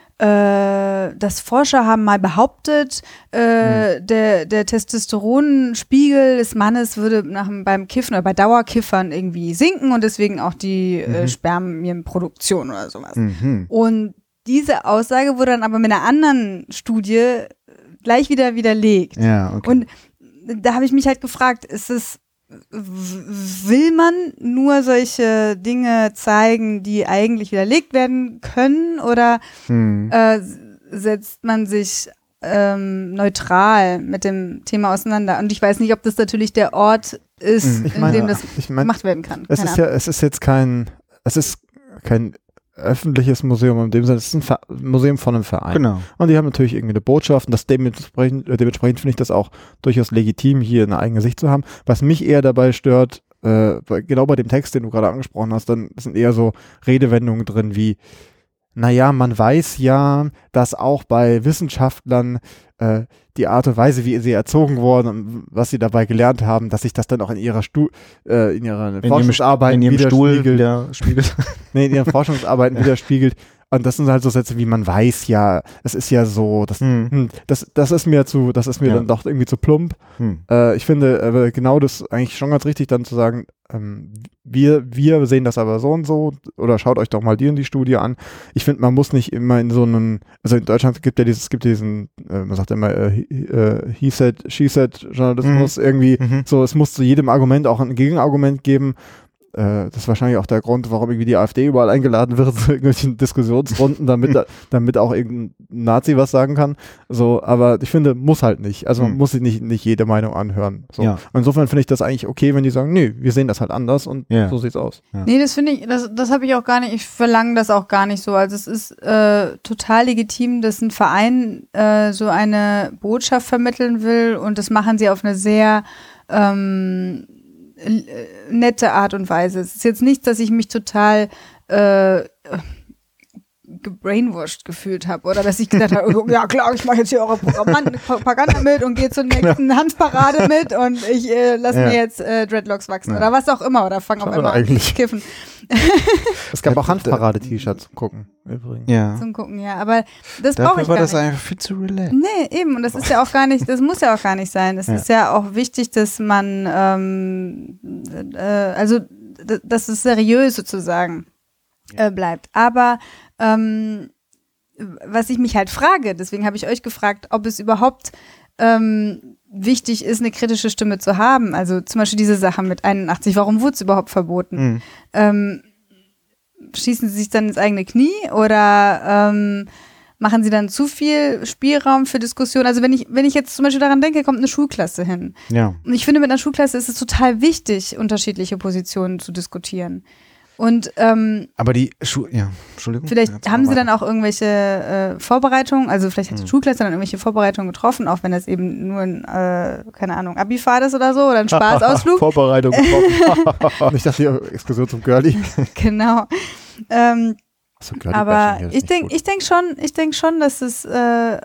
Speaker 2: äh, dass Forscher haben mal behauptet, äh,
Speaker 1: Mhm.
Speaker 2: der, der Testosteronspiegel des Mannes würde nach, dem- beim Kiffen oder bei Dauerkiffern irgendwie sinken und deswegen auch die äh,
Speaker 1: Mhm.
Speaker 2: Spermienproduktion oder sowas.
Speaker 1: Mhm.
Speaker 2: Und diese Aussage wurde dann aber mit einer anderen Studie gleich wieder widerlegt.
Speaker 1: Ja, okay.
Speaker 2: Und da habe ich mich halt gefragt, ist es, w- will man nur solche Dinge zeigen, die eigentlich widerlegt werden können, oder
Speaker 1: hm.
Speaker 2: äh, setzt man sich ähm, neutral mit dem Thema auseinander? Und ich weiß nicht, ob das natürlich der Ort ist,
Speaker 3: Ich
Speaker 2: in
Speaker 3: meine,
Speaker 2: dem das
Speaker 3: ich meine,
Speaker 2: gemacht werden kann.
Speaker 3: es
Speaker 2: Keine
Speaker 3: ist ja, es ist jetzt kein, es ist kein öffentliches Museum in dem Sinne, es ist ein Ver Museum von einem Verein.
Speaker 1: Genau.
Speaker 3: Und die haben natürlich irgendwie eine Botschaft und das dementsprechend, äh, dementsprechend finde ich das auch durchaus legitim, hier eine eigene Sicht zu haben. Was mich eher dabei stört, äh, bei, genau bei dem Text, den du gerade angesprochen hast, dann sind eher so Redewendungen drin wie, naja, man weiß ja, dass auch bei Wissenschaftlern äh, die Art und Weise, wie sie erzogen wurden und was sie dabei gelernt haben, dass sich das dann auch in ihrer Stu äh, in ihren Forschungsarbeiten
Speaker 1: in ihrem Stuhl
Speaker 3: widerspiegelt.
Speaker 1: wieder spiegelt.
Speaker 3: Nee, in ihren Forschungsarbeiten widerspiegelt. Und das sind halt so Sätze wie, man weiß ja, es ist ja so, das,
Speaker 1: Hm.
Speaker 3: hm, das, das ist mir zu, das ist mir
Speaker 1: Ja.
Speaker 3: dann doch irgendwie zu plump.
Speaker 1: Hm.
Speaker 3: Äh, ich finde äh, genau das eigentlich schon ganz richtig, dann zu sagen, ähm, wir, wir sehen das aber so und so, oder schaut euch doch mal die und die Studie an. Ich finde, man muss nicht immer in so einem, also in Deutschland gibt ja dieses, es gibt diesen, äh, man sagt immer, äh, he, äh, he said, she said Journalismus,
Speaker 1: Mhm.
Speaker 3: irgendwie
Speaker 1: Mhm.
Speaker 3: so, es muss zu jedem Argument auch ein Gegenargument geben. Äh, das ist wahrscheinlich auch der Grund, warum irgendwie die AfD überall eingeladen wird zu irgendwelchen Diskussionsrunden, damit, da, damit auch irgendein Nazi was sagen kann. So, aber ich finde, muss halt nicht. Also man
Speaker 1: Hm.
Speaker 3: muss sich nicht, nicht jede Meinung anhören. So.
Speaker 1: Ja.
Speaker 3: Insofern finde ich das eigentlich okay, wenn die sagen, nee, wir sehen das halt anders und
Speaker 1: Ja.
Speaker 3: so sieht's aus.
Speaker 2: Nee, das finde ich, das, das habe ich auch gar nicht, ich verlange das auch gar nicht so. Also es ist äh, total legitim, dass ein Verein äh, so eine Botschaft vermitteln will, und das machen sie auf eine sehr ähm, l- äh, nette Art und Weise. Es ist jetzt nicht, dass ich mich total äh, gebrainwashed gefühlt habe oder dass ich gedacht habe, ja klar, ich mache jetzt hier eure Propaganda mit und gehe zur nächsten Handparade mit und ich äh, lasse ja. mir jetzt äh, Dreadlocks wachsen ja. oder was auch immer oder fange auf einmal an zu kiffen.
Speaker 3: Es gab auch Handparade-T-Shirts zum Gucken übrigens.
Speaker 1: Ja.
Speaker 2: Zum Gucken, ja, aber das brauche ich gar
Speaker 1: war das
Speaker 2: nicht.
Speaker 1: einfach viel zu relaxed.
Speaker 2: Nee, eben und das ist ja auch gar nicht, das muss ja auch gar nicht sein. Es ja. ist ja auch wichtig, dass man ähm, äh, also d- dass es seriös sozusagen äh, bleibt. Aber ähm, was ich mich halt frage, deswegen habe ich euch gefragt, ob es überhaupt ähm, wichtig ist, eine kritische Stimme zu haben. Also zum Beispiel diese Sache mit einundachtzig, warum wurde es überhaupt verboten? Mhm. Ähm, schießen sie sich dann ins eigene Knie oder ähm, machen sie dann zu viel Spielraum für Diskussion? Also wenn ich, wenn ich jetzt zum Beispiel daran denke, kommt eine Schulklasse hin. Ja. Und ich finde, mit einer Schulklasse ist es total wichtig, unterschiedliche Positionen zu diskutieren. Und ähm,
Speaker 1: aber die Schu- ja, Entschuldigung.
Speaker 2: Vielleicht ja, haben sie dann auch irgendwelche äh, Vorbereitungen, also vielleicht hat die hm. Schulklasse dann irgendwelche Vorbereitungen getroffen, auch wenn das eben nur ein, äh, keine Ahnung, Abifahrt ist oder so oder ein Spaßausflug.
Speaker 3: Vorbereitung getroffen. Nicht, dass hier Exkursion zum Girlie.
Speaker 2: Genau. Ähm, so, aber ich denke ich denk schon, ich denk schon, dass es äh,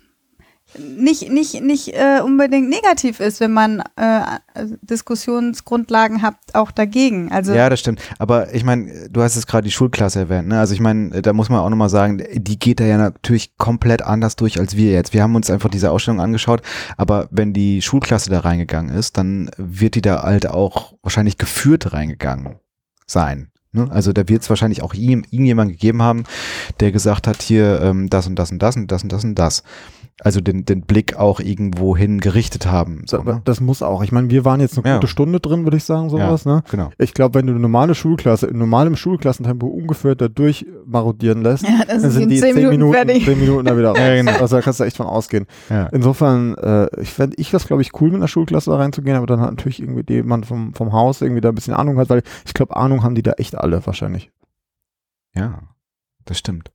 Speaker 2: nicht, nicht, nicht äh, unbedingt negativ ist, wenn man äh, Diskussionsgrundlagen hat, auch dagegen. Also
Speaker 1: ja, das stimmt. Aber ich meine, du hast jetzt gerade die Schulklasse erwähnt, ne? Also ich meine, da muss man auch nochmal sagen, die geht da ja natürlich komplett anders durch als wir jetzt. Wir haben uns einfach diese Ausstellung angeschaut, aber wenn die Schulklasse da reingegangen ist, dann wird die da halt auch wahrscheinlich geführt reingegangen sein. Ne? Also da wird es wahrscheinlich auch ihm, ihm jemand gegeben haben, der gesagt hat, hier ähm, das und das und das und das und das und das. Also den, den Blick auch irgendwo hin gerichtet haben. So, ne?
Speaker 3: Das muss auch. Ich meine, wir waren jetzt eine
Speaker 1: ja.
Speaker 3: gute Stunde drin, würde ich sagen, sowas.
Speaker 1: Ja,
Speaker 3: ne?
Speaker 1: Genau.
Speaker 3: Ich glaube, wenn du eine normale Schulklasse in normalem Schulklassentempo ungefähr da durch marodieren lässt,
Speaker 2: ja,
Speaker 3: dann sind die zehn Minuten, Minuten zehn Minuten da wieder raus. Ja, genau. Also da kannst du echt von ausgehen. Ja. Insofern, äh, ich fände ich das, glaube ich, cool, mit einer Schulklasse da reinzugehen, aber dann hat natürlich irgendwie jemand vom, vom Haus irgendwie da ein bisschen Ahnung hat, weil ich glaube, Ahnung haben die da echt alle wahrscheinlich.
Speaker 1: Ja, das stimmt.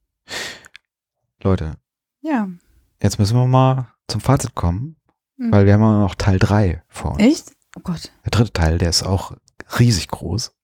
Speaker 1: Leute.
Speaker 2: Ja.
Speaker 1: Jetzt müssen wir mal zum Fazit kommen, mhm. weil wir haben ja noch Teil drei vor uns.
Speaker 2: Echt? Oh Gott.
Speaker 1: Der dritte Teil, der ist auch riesig groß.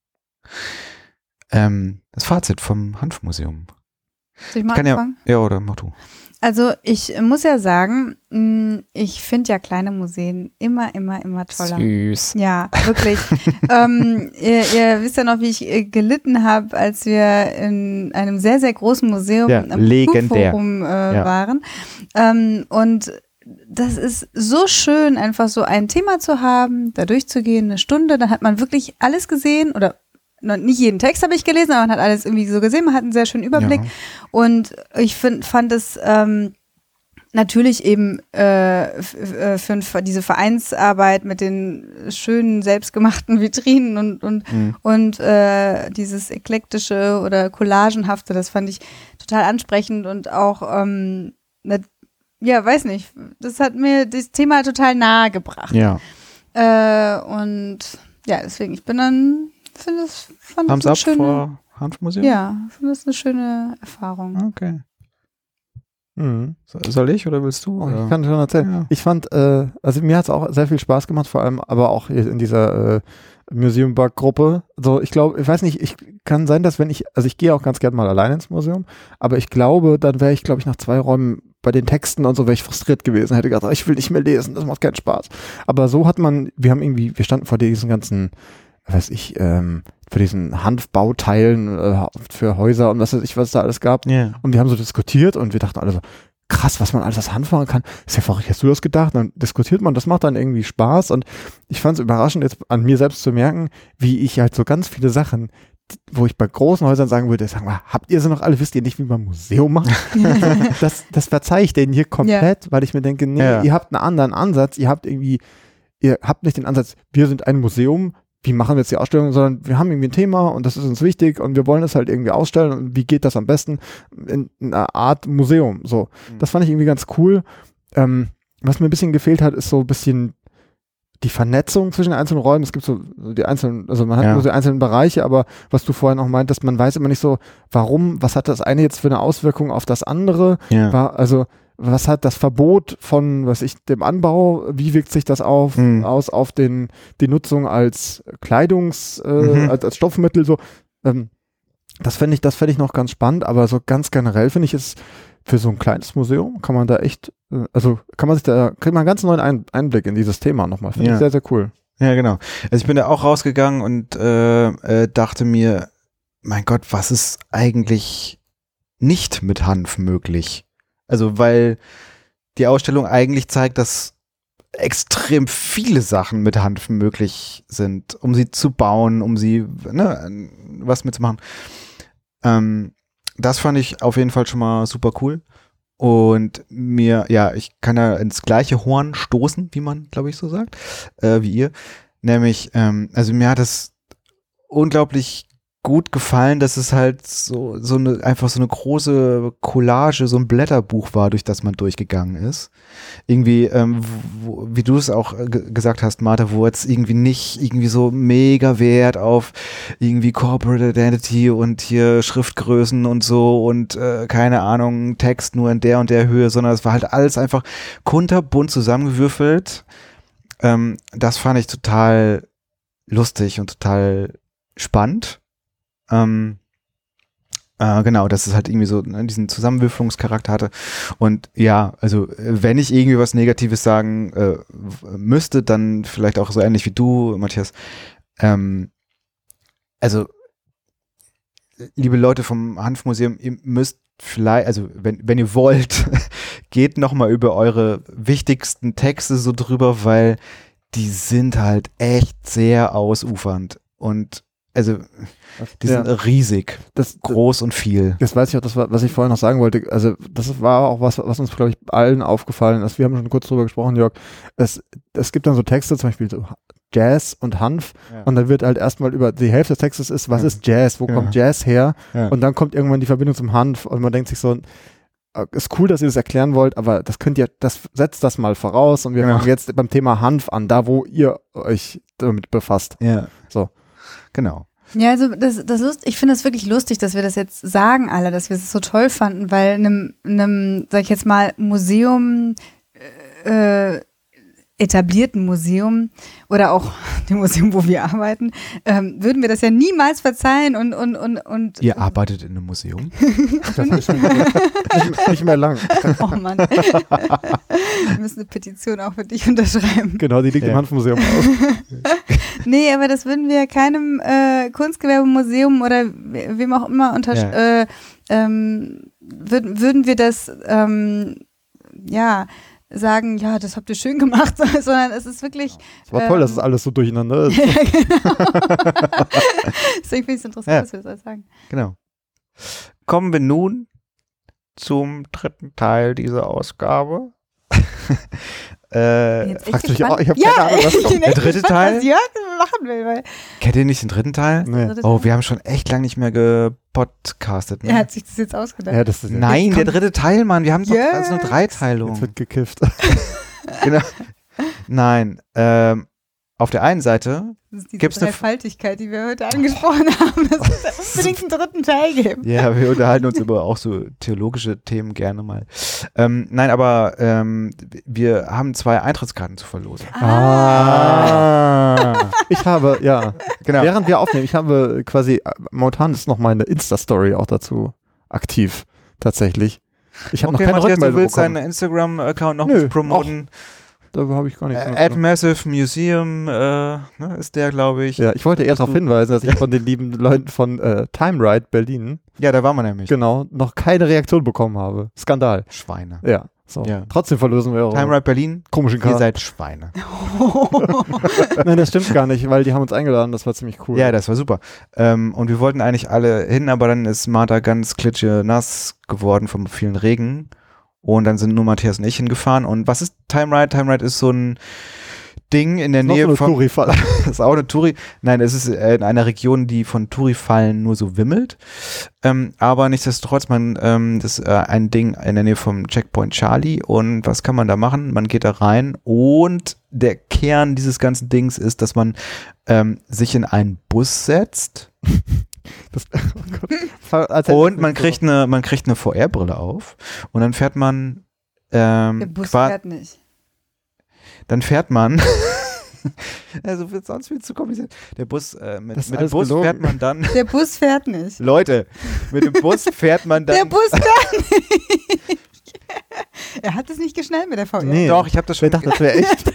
Speaker 1: Ähm, das Fazit vom Hanfmuseum.
Speaker 2: Soll ich mal
Speaker 1: Kann
Speaker 2: anfangen?
Speaker 1: Ja, ja, oder mach du.
Speaker 2: Also ich muss ja sagen, ich finde ja kleine Museen immer, immer, immer toller.
Speaker 1: Süß.
Speaker 2: Ja, wirklich. ähm, ihr, ihr wisst ja noch, wie ich gelitten habe, als wir in einem sehr, sehr großen Museum
Speaker 1: ja,
Speaker 2: am
Speaker 1: legendär.
Speaker 2: Forum äh,
Speaker 1: ja.
Speaker 2: waren. Ähm, und das ist so schön, einfach so ein Thema zu haben, da durchzugehen, eine Stunde, dann hat man wirklich alles gesehen oder nicht jeden Text habe ich gelesen, aber man hat alles irgendwie so gesehen, man hat einen sehr schönen Überblick. Ja. Und ich find, fand es ähm, natürlich eben äh, f- für, für diese Vereinsarbeit mit den schönen, selbstgemachten Vitrinen und, und, mhm. und äh, dieses eklektische oder collagenhafte, das fand ich total ansprechend und auch, ähm, ne, ja, weiß nicht, das hat mir das Thema total nahe gebracht.
Speaker 1: Ja.
Speaker 2: Äh, und ja, deswegen, ich bin dann finde es fand
Speaker 1: Thumbs
Speaker 2: das eine
Speaker 1: up
Speaker 2: schöne,
Speaker 1: vor Hanfmuseum?
Speaker 2: Ja, finde das eine schöne Erfahrung.
Speaker 1: Okay. Mhm. Soll ich oder willst du? Oder?
Speaker 3: Ich kann schon erzählen. Ja. Ich fand, äh, also mir hat es auch sehr viel Spaß gemacht, vor allem aber auch in dieser äh, Museum Bug Gruppe. So, ich glaube, ich weiß nicht, ich kann sein, dass wenn ich, also ich gehe auch ganz gerne mal alleine ins Museum, aber ich glaube, dann wäre ich, glaube ich, nach zwei Räumen bei den Texten und so wäre ich frustriert gewesen, hätte gedacht, ich will nicht mehr lesen, das macht keinen Spaß. Aber so hat man, wir haben irgendwie, wir standen vor diesen ganzen weiß ich, ähm, für diesen Hanfbauteilen äh, für Häuser und was weiß ich, was es da alles gab. Yeah. Und wir haben so diskutiert und wir dachten alle so, krass, was man alles aus Hanf machen kann. Ist ja verrückt, hast du das gedacht? Und dann diskutiert man, das macht dann irgendwie Spaß und ich fand es überraschend, jetzt an mir selbst zu merken, wie ich halt so ganz viele Sachen, wo ich bei großen Häusern sagen würde, sagen wir, habt ihr sie noch alle, wisst ihr nicht, wie man ein Museum macht? das, das verzeihe ich denen hier komplett, yeah. weil ich mir denke, nee, yeah. ihr habt einen anderen Ansatz, ihr habt irgendwie, ihr habt nicht den Ansatz, wir sind ein Museum, wie machen wir jetzt die Ausstellung, sondern wir haben irgendwie ein Thema und das ist uns wichtig und wir wollen es halt irgendwie ausstellen und wie geht das am besten in, in einer Art Museum, so. Mhm. Das fand ich irgendwie ganz cool. Ähm, was mir ein bisschen gefehlt hat, ist so ein bisschen die Vernetzung zwischen den einzelnen Räumen. Es gibt so die einzelnen, also man hat ja. nur die einzelnen Bereiche, aber was du vorhin auch meintest, man weiß immer nicht so, warum, was hat das eine jetzt für eine Auswirkung auf das andere, ja. war, also was hat das Verbot von, was ich, dem Anbau, wie wirkt sich das auf, mhm. aus auf den, die Nutzung als Kleidungs, äh, mhm. als, als Stoffmittel, so, ähm, Das fände ich, das fände ich noch ganz spannend, aber so ganz generell finde ich es für so ein kleines Museum kann man da echt, also kann man sich da, kriegt man einen ganz neuen Ein- Einblick in dieses Thema nochmal. Finde
Speaker 1: Ja.
Speaker 3: ich sehr, sehr cool.
Speaker 1: Ja, genau. Also ich bin da auch rausgegangen und äh, äh, dachte mir, mein Gott, was ist eigentlich nicht mit Hanf möglich? Also weil die Ausstellung eigentlich zeigt, dass extrem viele Sachen mit Hanf möglich sind, um sie zu bauen, um sie, ne, was mitzumachen. Ähm, das fand ich auf jeden Fall schon mal super cool. Und mir, ja, ich kann ja ins gleiche Horn stoßen, wie man, glaube ich, so sagt, äh, wie ihr. Nämlich, ähm, also mir hat es unglaublich gut gefallen, dass es halt so, so eine, einfach so eine große Collage, so ein Blätterbuch war, durch das man durchgegangen ist. Irgendwie, ähm, wo, wie du es auch g- gesagt hast, Martha, wo jetzt irgendwie nicht irgendwie so mega Wert auf irgendwie Corporate Identity und hier Schriftgrößen und so und äh, keine Ahnung, Text nur in der und der Höhe, sondern es war halt alles einfach kunterbunt zusammengewürfelt. Ähm, das fand ich total lustig und total spannend. Ähm, äh, genau, dass es halt irgendwie so ne, diesen Zusammenwürfelungscharakter hatte. Und ja, also wenn ich irgendwie was Negatives sagen äh, müsste, dann vielleicht auch so ähnlich wie du, Matthias. Ähm, also, liebe Leute vom Hanfmuseum, ihr müsst vielleicht, also wenn, wenn ihr wollt, geht nochmal über eure wichtigsten Texte so drüber, weil die sind halt echt sehr ausufernd und also die
Speaker 3: Ja.
Speaker 1: sind riesig,
Speaker 3: Das,
Speaker 1: groß und viel.
Speaker 3: Das weiß ich auch, das war, was ich vorhin noch sagen wollte. Also, das war auch was, was uns, glaube ich, allen aufgefallen ist. Wir haben schon kurz drüber gesprochen, Jörg. Es, es gibt dann so Texte, zum Beispiel so Jazz und Hanf.
Speaker 1: Ja.
Speaker 3: Und dann wird halt erstmal über, die Hälfte des Textes ist, was
Speaker 1: Ja.
Speaker 3: ist Jazz? Wo
Speaker 1: Ja.
Speaker 3: kommt Jazz her?
Speaker 1: Ja.
Speaker 3: Und dann kommt irgendwann die Verbindung zum Hanf. Und man denkt sich so, äh, ist cool, dass ihr das erklären wollt, aber das könnt ihr, das setzt das mal voraus. Und wir
Speaker 1: Genau.
Speaker 3: fangen jetzt beim Thema Hanf an, da wo ihr euch damit befasst.
Speaker 1: Ja.
Speaker 3: So.
Speaker 1: Genau.
Speaker 2: Ja, also das, das Lust, ich finde es wirklich lustig, dass wir das jetzt sagen alle, dass wir es so toll fanden, weil einem, einem, sag ich jetzt mal, Museum, äh, etablierten Museum oder auch dem Museum, wo wir arbeiten, ähm, würden wir das ja niemals verzeihen und und und und.
Speaker 1: Ihr arbeitet in einem Museum?
Speaker 3: Das ist nicht, nicht mehr lang.
Speaker 2: Oh Mann. Wir müssen eine Petition auch für dich unterschreiben.
Speaker 3: Genau, die liegt
Speaker 1: Ja.
Speaker 3: im Hanfmuseum aus.
Speaker 2: Nee, aber das würden wir keinem äh, Kunstgewerbemuseum oder we- wem auch immer unter
Speaker 1: Ja.
Speaker 2: äh, ähm, würden, würden wir das ähm, ja sagen, ja, das habt ihr schön gemacht, sondern es ist wirklich.
Speaker 3: Es war toll,
Speaker 2: ähm,
Speaker 3: dass es alles so durcheinander ist.
Speaker 2: Ja, genau. Deswegen finde ich es interessant,
Speaker 1: Ja.
Speaker 2: dass wir das alles sagen.
Speaker 1: Genau. Kommen wir nun zum dritten Teil dieser Ausgabe. äh,
Speaker 2: Jetzt echt
Speaker 3: fragst du dich
Speaker 2: gespannt.
Speaker 3: auch? Ich hab
Speaker 2: ja,
Speaker 3: keine Ahnung, was
Speaker 2: ich
Speaker 3: kommt.
Speaker 2: bin
Speaker 1: Der
Speaker 2: echt
Speaker 1: dritte
Speaker 2: gespannt,
Speaker 1: Teil?
Speaker 2: was Jörg machen will, weil
Speaker 1: kennt ihr nicht den dritten Teil?
Speaker 3: Nee.
Speaker 1: Oh, wir haben schon echt lange nicht mehr gepodcastet. Ne?
Speaker 2: er hat sich das jetzt ausgedacht.
Speaker 3: Ja, das ist
Speaker 1: Nein, der dritte Teil, Mann. Wir haben doch
Speaker 2: Yes.
Speaker 1: also eine Dreiteilung.
Speaker 3: Jetzt wird gekifft.
Speaker 1: Genau. Nein. Ähm, auf der einen Seite,
Speaker 2: Das ist diese
Speaker 1: Gibt's eine F-
Speaker 2: Dreifaltigkeit, die wir heute angesprochen haben, dass es da unbedingt einen dritten Teil gibt.
Speaker 1: ja, wir unterhalten uns über auch so theologische Themen gerne mal. Ähm, nein, aber ähm, wir haben zwei Eintrittskarten zu verlosen.
Speaker 3: Ah. Ich habe, ja,
Speaker 1: Genau.
Speaker 3: während wir aufnehmen, ich habe quasi, äh, momentan ist noch meine Insta-Story auch dazu aktiv, tatsächlich. Ich habe
Speaker 1: Okay,
Speaker 3: noch keine
Speaker 1: Matthias, du
Speaker 3: Rückmeldung
Speaker 1: willst
Speaker 3: bekommen.
Speaker 1: deinen Instagram-Account noch
Speaker 3: Nö,
Speaker 1: promoten?
Speaker 3: Da habe ich gar nichts.
Speaker 1: Äh, At Massive Museum äh, ne, ist der, glaube ich.
Speaker 3: Ja, ich wollte eher
Speaker 1: Bist
Speaker 3: darauf
Speaker 1: du-
Speaker 3: hinweisen, dass ich von den lieben Leuten von äh, Time Ride Berlin,
Speaker 1: Ja, da waren wir nämlich.
Speaker 3: genau, noch keine Reaktion bekommen habe. Skandal.
Speaker 1: Schweine.
Speaker 3: Ja, so.
Speaker 1: Ja.
Speaker 3: Trotzdem verlosen wir eure
Speaker 1: Time Ride Berlin,
Speaker 3: komischen
Speaker 1: ihr
Speaker 3: Karten.
Speaker 1: seid Schweine.
Speaker 3: Nein, das stimmt gar nicht, weil die haben uns eingeladen, das war ziemlich cool.
Speaker 1: Ja, das war super. Ähm, und wir wollten eigentlich alle hin, aber dann ist Martha ganz klitsche nass geworden vom vielen Regen. Und dann sind nur Matthias und ich hingefahren. Und was ist Time Ride? Time Ride ist so ein Ding in der
Speaker 3: Noch
Speaker 1: Nähe
Speaker 3: so eine
Speaker 1: von.
Speaker 3: Touri-Falle.
Speaker 1: Das ist auch eine Touri. Nein, es ist äh, in einer Region, die von Touri-Fallen nur so wimmelt. Ähm, aber nichtsdestotrotz, man, ähm, das ist äh, ein Ding in der Nähe vom Checkpoint Charlie. Und was kann man da machen? Man geht da rein und der Kern dieses ganzen Dings ist, dass man ähm, sich in einen Bus setzt.
Speaker 3: Das, oh Gott. Als hätte
Speaker 1: Und
Speaker 3: ich
Speaker 1: man
Speaker 3: nicht
Speaker 1: kriegt eine, man kriegt eine V R-Brille auf und dann fährt man, ähm,
Speaker 2: Der Bus
Speaker 1: qua-
Speaker 2: fährt nicht.
Speaker 1: dann fährt man, Also sonst viel zu kompliziert. Der Bus, äh, mit,
Speaker 3: Das ist
Speaker 1: mit dem
Speaker 3: alles
Speaker 1: Bus
Speaker 3: gelogen.
Speaker 1: fährt man dann.
Speaker 2: Der Bus fährt nicht.
Speaker 1: Leute, mit dem Bus fährt man dann.
Speaker 2: Der Bus fährt nicht. Er hat es nicht geschnallt mit der V R.
Speaker 3: Nee.
Speaker 1: Doch, ich habe das schon.
Speaker 3: Ich dachte, das wäre echt.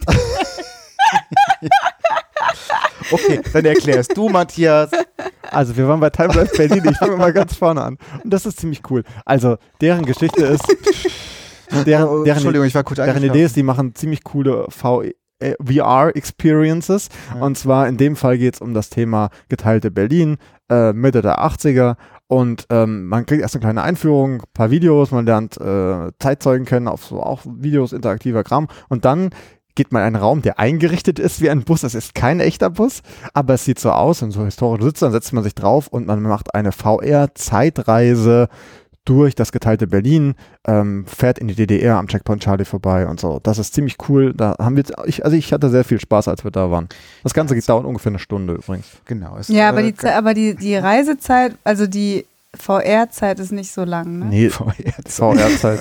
Speaker 1: Okay, dann erklärst du, Matthias.
Speaker 3: Also wir waren bei Time Life Berlin, ich fange mal ganz vorne an. Und das ist ziemlich cool. Also deren Geschichte ist, deren,
Speaker 1: Oh,
Speaker 3: deren,
Speaker 1: Entschuldigung, ich war kurz
Speaker 3: deren
Speaker 1: eingeschlafen.
Speaker 3: Idee ist, die machen ziemlich coole V R-Experiences.
Speaker 1: Ja.
Speaker 3: Und zwar in dem Fall geht es um das Thema geteilte Berlin, äh, Mitte der achtziger. Und ähm, man kriegt erst eine kleine Einführung, ein paar Videos, man lernt äh, Zeitzeugen kennen, auf so auch Videos, interaktiver Kram. Und dann geht man in einen Raum, der eingerichtet ist wie ein Bus. Es ist kein echter Bus, aber es sieht so aus, und so historisch sitzt, dann setzt man sich drauf und man macht eine V R-Zeitreise durch das geteilte Berlin, ähm, fährt in die D D R am Checkpoint Charlie vorbei und so. Das ist ziemlich cool. Da haben wir jetzt, ich, also ich hatte sehr viel Spaß, als wir da waren. Das Ganze geht dauert ungefähr eine Stunde übrigens.
Speaker 1: Genau. Es,
Speaker 2: Ja, aber
Speaker 1: äh,
Speaker 2: die, Ze- aber die, die Reisezeit, also die V R-Zeit ist nicht so lang, ne?
Speaker 3: Nee,
Speaker 1: V R.
Speaker 3: V R-Zeit.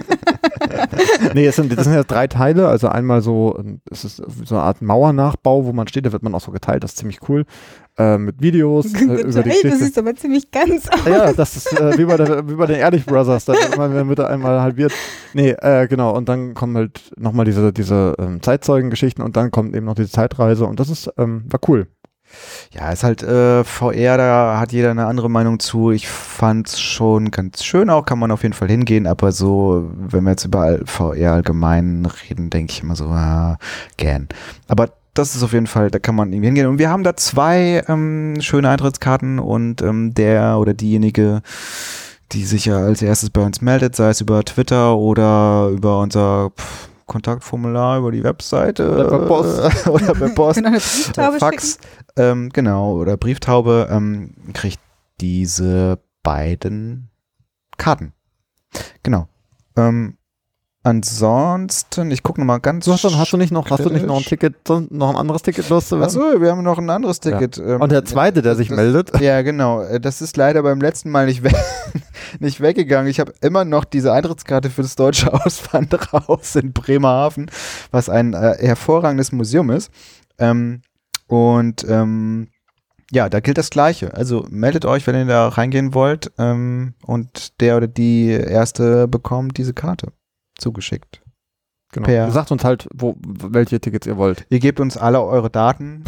Speaker 3: Nee, es sind, das sind ja drei Teile. Also einmal so, es ist so eine Art Mauernachbau, wo man steht, da wird man auch so geteilt, das ist ziemlich cool. Äh, mit Videos äh, über die
Speaker 2: Hey, du
Speaker 3: Geschichte.
Speaker 2: siehst aber ziemlich ganz aus.
Speaker 3: Ja, das ist äh, wie, bei der, wie bei den Ehrlich Brothers, da wird man wird er einmal halbiert. Nee, äh, genau, und dann kommen halt nochmal diese, diese ähm, Zeitzeugengeschichten und dann kommt eben noch diese Zeitreise und das ist, ähm, war cool.
Speaker 1: Ja, ist halt äh, V R, da hat jeder eine andere Meinung zu. Ich fand's schon ganz schön auch, kann man auf jeden Fall hingehen, aber so, wenn wir jetzt über V R allgemein reden, denke ich immer so, ah, gern. Aber das ist auf jeden Fall, da kann man irgendwie hingehen. Und wir haben da zwei ähm, schöne Eintrittskarten und ähm, der oder diejenige, die sich ja als erstes bei uns meldet, sei es über Twitter oder über unser pff, Kontaktformular über die Webseite
Speaker 3: Oder per Post.
Speaker 1: äh, oder per Post,
Speaker 2: Genau, eine Brieftaube
Speaker 1: Fax, ähm, genau, oder Brieftaube, ähm, kriegt diese beiden Karten. Genau. Ähm, ansonsten, ich gucke nochmal ganz.
Speaker 3: Du hast, dann, hast du nicht noch, hast du nicht noch ein Ticket, noch ein anderes Ticket loszuwerden?
Speaker 1: Achso, wir haben noch ein anderes Ticket.
Speaker 3: Ja.
Speaker 1: Ähm,
Speaker 3: Und der zweite, der sich
Speaker 1: das,
Speaker 3: meldet.
Speaker 1: Ja, genau. Äh, Das ist leider beim letzten Mal nicht, we nicht weggegangen. Ich habe immer noch diese Eintrittskarte für das Deutsche Auswandererhaus in Bremerhaven, was ein äh, hervorragendes Museum ist. Ähm, und ähm, ja, da gilt das Gleiche. Also meldet euch, wenn ihr da reingehen wollt, ähm, und der oder die Erste bekommt diese Karte zugeschickt.
Speaker 3: Genau.
Speaker 1: Per-
Speaker 3: Sagt uns halt, wo, welche Tickets ihr wollt.
Speaker 1: Ihr gebt uns alle eure Daten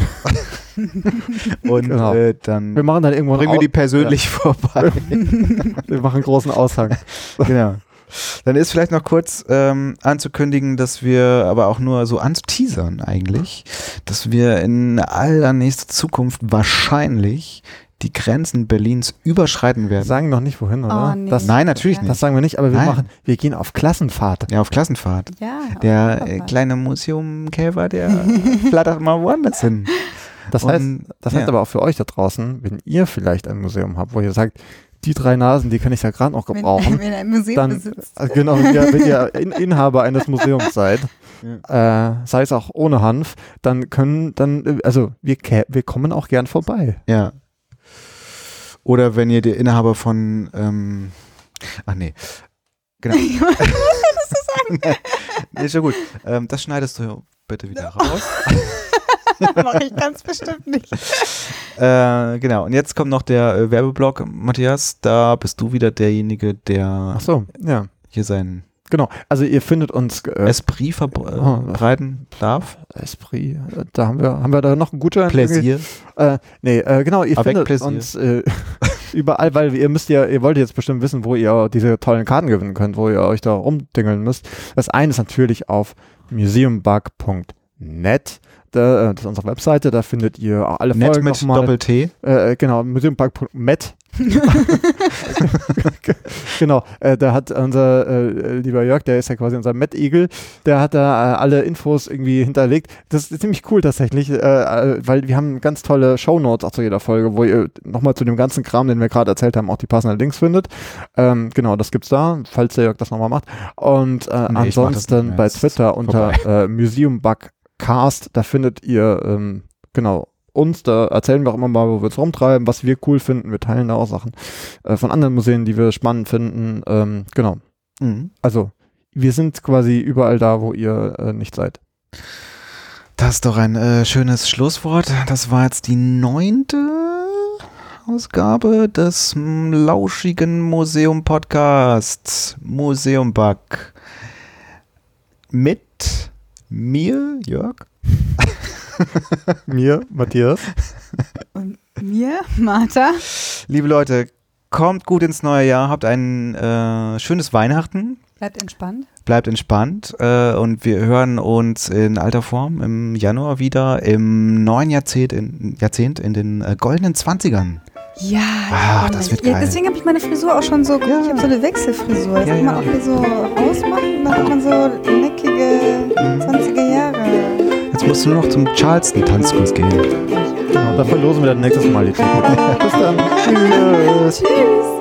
Speaker 1: und
Speaker 3: Genau.
Speaker 1: äh, dann
Speaker 3: Wir machen dann irgendwo
Speaker 1: bringen wir
Speaker 3: einen
Speaker 1: die persönlich vorbei.
Speaker 3: Au- wir machen einen großen Aushang.
Speaker 1: Genau. Dann ist vielleicht noch kurz ähm, anzukündigen, dass wir aber auch nur so anzuteasern eigentlich, dass wir in allernächster Zukunft wahrscheinlich die Grenzen Berlins überschreiten
Speaker 3: Wir
Speaker 1: werden.
Speaker 3: sagen noch nicht wohin, oder?
Speaker 2: Oh, nee.
Speaker 3: das,
Speaker 1: Nein, natürlich
Speaker 2: Ja.
Speaker 1: nicht.
Speaker 3: das sagen wir nicht, aber wir
Speaker 1: Nein.
Speaker 3: machen, wir gehen auf Klassenfahrt.
Speaker 1: Ja, auf Klassenfahrt.
Speaker 2: Ja.
Speaker 1: Der
Speaker 2: auf
Speaker 1: äh,
Speaker 2: Papa.
Speaker 1: kleine Museumkäfer, der flattert mal woanders hin.
Speaker 3: Das heißt,
Speaker 1: Und,
Speaker 3: das heißt
Speaker 1: ja.
Speaker 3: aber auch für euch da draußen, wenn ihr vielleicht ein Museum habt, wo ihr sagt, die drei Nasen, die kann ich ja gerade noch
Speaker 2: Wenn,
Speaker 3: gebrauchen,
Speaker 2: wenn er im Museum
Speaker 3: dann,
Speaker 2: besitzt.
Speaker 3: äh, genau, wenn ihr, wenn ihr In Inhaber eines Museums seid, äh, sei es auch ohne Hanf, dann können, dann, äh, also wir, kä- wir kommen auch gern vorbei.
Speaker 1: Ja. Oder wenn ihr der Inhaber von, ähm, ach nee, genau. Nee, ist schon gut. Ähm, das schneidest du bitte wieder raus.
Speaker 2: Mache ich ganz bestimmt nicht.
Speaker 1: Äh, genau, und jetzt kommt noch der äh, Werbeblock, Matthias. Da bist du wieder derjenige, der
Speaker 3: Ach so, ja.
Speaker 1: hier sein
Speaker 3: Genau, also ihr findet uns äh,
Speaker 1: Esprit verbreiten darf.
Speaker 3: Esprit, äh, da haben wir, haben wir da noch einen Gutschein?
Speaker 1: Pläsier.
Speaker 3: Äh, nee, äh, genau, ihr
Speaker 1: Avec
Speaker 3: findet
Speaker 1: Plaisir.
Speaker 3: uns äh, überall, weil ihr müsst ja, ihr wollt jetzt bestimmt wissen, wo ihr diese tollen Karten gewinnen könnt, wo ihr euch da rumdingeln müsst. Das eine ist natürlich auf museumbug punkt net. Da, äh, das ist unsere Webseite, da findet ihr auch alle
Speaker 1: Nett
Speaker 3: Folgen
Speaker 1: mit
Speaker 3: nochmal.
Speaker 1: Doppel-T.
Speaker 3: Äh, genau, museumbug punkt net. Genau, äh, da hat unser äh, lieber Jörg, der ist ja quasi unser Met-Igel, der hat da äh, alle Infos irgendwie hinterlegt. Das ist ziemlich cool tatsächlich, äh, äh, weil wir haben ganz tolle Shownotes auch zu jeder Folge, wo ihr nochmal zu dem ganzen Kram, den wir gerade erzählt haben, auch die passenden Links findet. Ähm, genau, das gibt's da, falls der Jörg das nochmal macht. Und äh,
Speaker 1: Nee, ich mach das nicht
Speaker 3: ansonsten
Speaker 1: mehr.
Speaker 3: bei
Speaker 1: Es ist
Speaker 3: Twitter unter äh, museumbugcast, da findet ihr, ähm, genau, uns, da erzählen wir auch immer mal, wo wir uns rumtreiben, was wir cool finden. Wir teilen da auch Sachen äh, von anderen Museen, die wir spannend finden. Ähm, genau.
Speaker 1: Mhm.
Speaker 3: Also, wir sind quasi überall da, wo ihr äh, nicht seid.
Speaker 1: Das ist doch ein äh, schönes Schlusswort. Das war jetzt die neunte Ausgabe des m, lauschigen Museum-Podcasts Museum Bug. Mit mir, Jörg.
Speaker 3: Mir, Matthias.
Speaker 2: Und mir, Martha.
Speaker 1: Liebe Leute, kommt gut ins neue Jahr, habt ein äh, schönes Weihnachten.
Speaker 2: Bleibt entspannt.
Speaker 1: Bleibt entspannt äh, und wir hören uns in alter Form im Januar wieder, im neuen Jahrzehnt, in, Jahrzehnt, in den äh, goldenen Zwanzigern.
Speaker 2: Ja,
Speaker 1: Ach, das wird geil.
Speaker 2: Ja, deswegen habe ich meine Frisur auch schon so,
Speaker 1: Ja.
Speaker 2: ich habe so eine Wechselfrisur. Jetzt
Speaker 1: Ja,
Speaker 2: kann man
Speaker 1: ja.
Speaker 2: auch hier so ausmachen und dann hat man so neckige zwanziger Jahre.
Speaker 1: Jetzt musst du nur noch zum Charleston-Tanzkurs gehen.
Speaker 3: Genau, da verlosen wir dann nächstes Mal die Titel. Bis dann.
Speaker 1: Tschüss.
Speaker 2: Tschüss.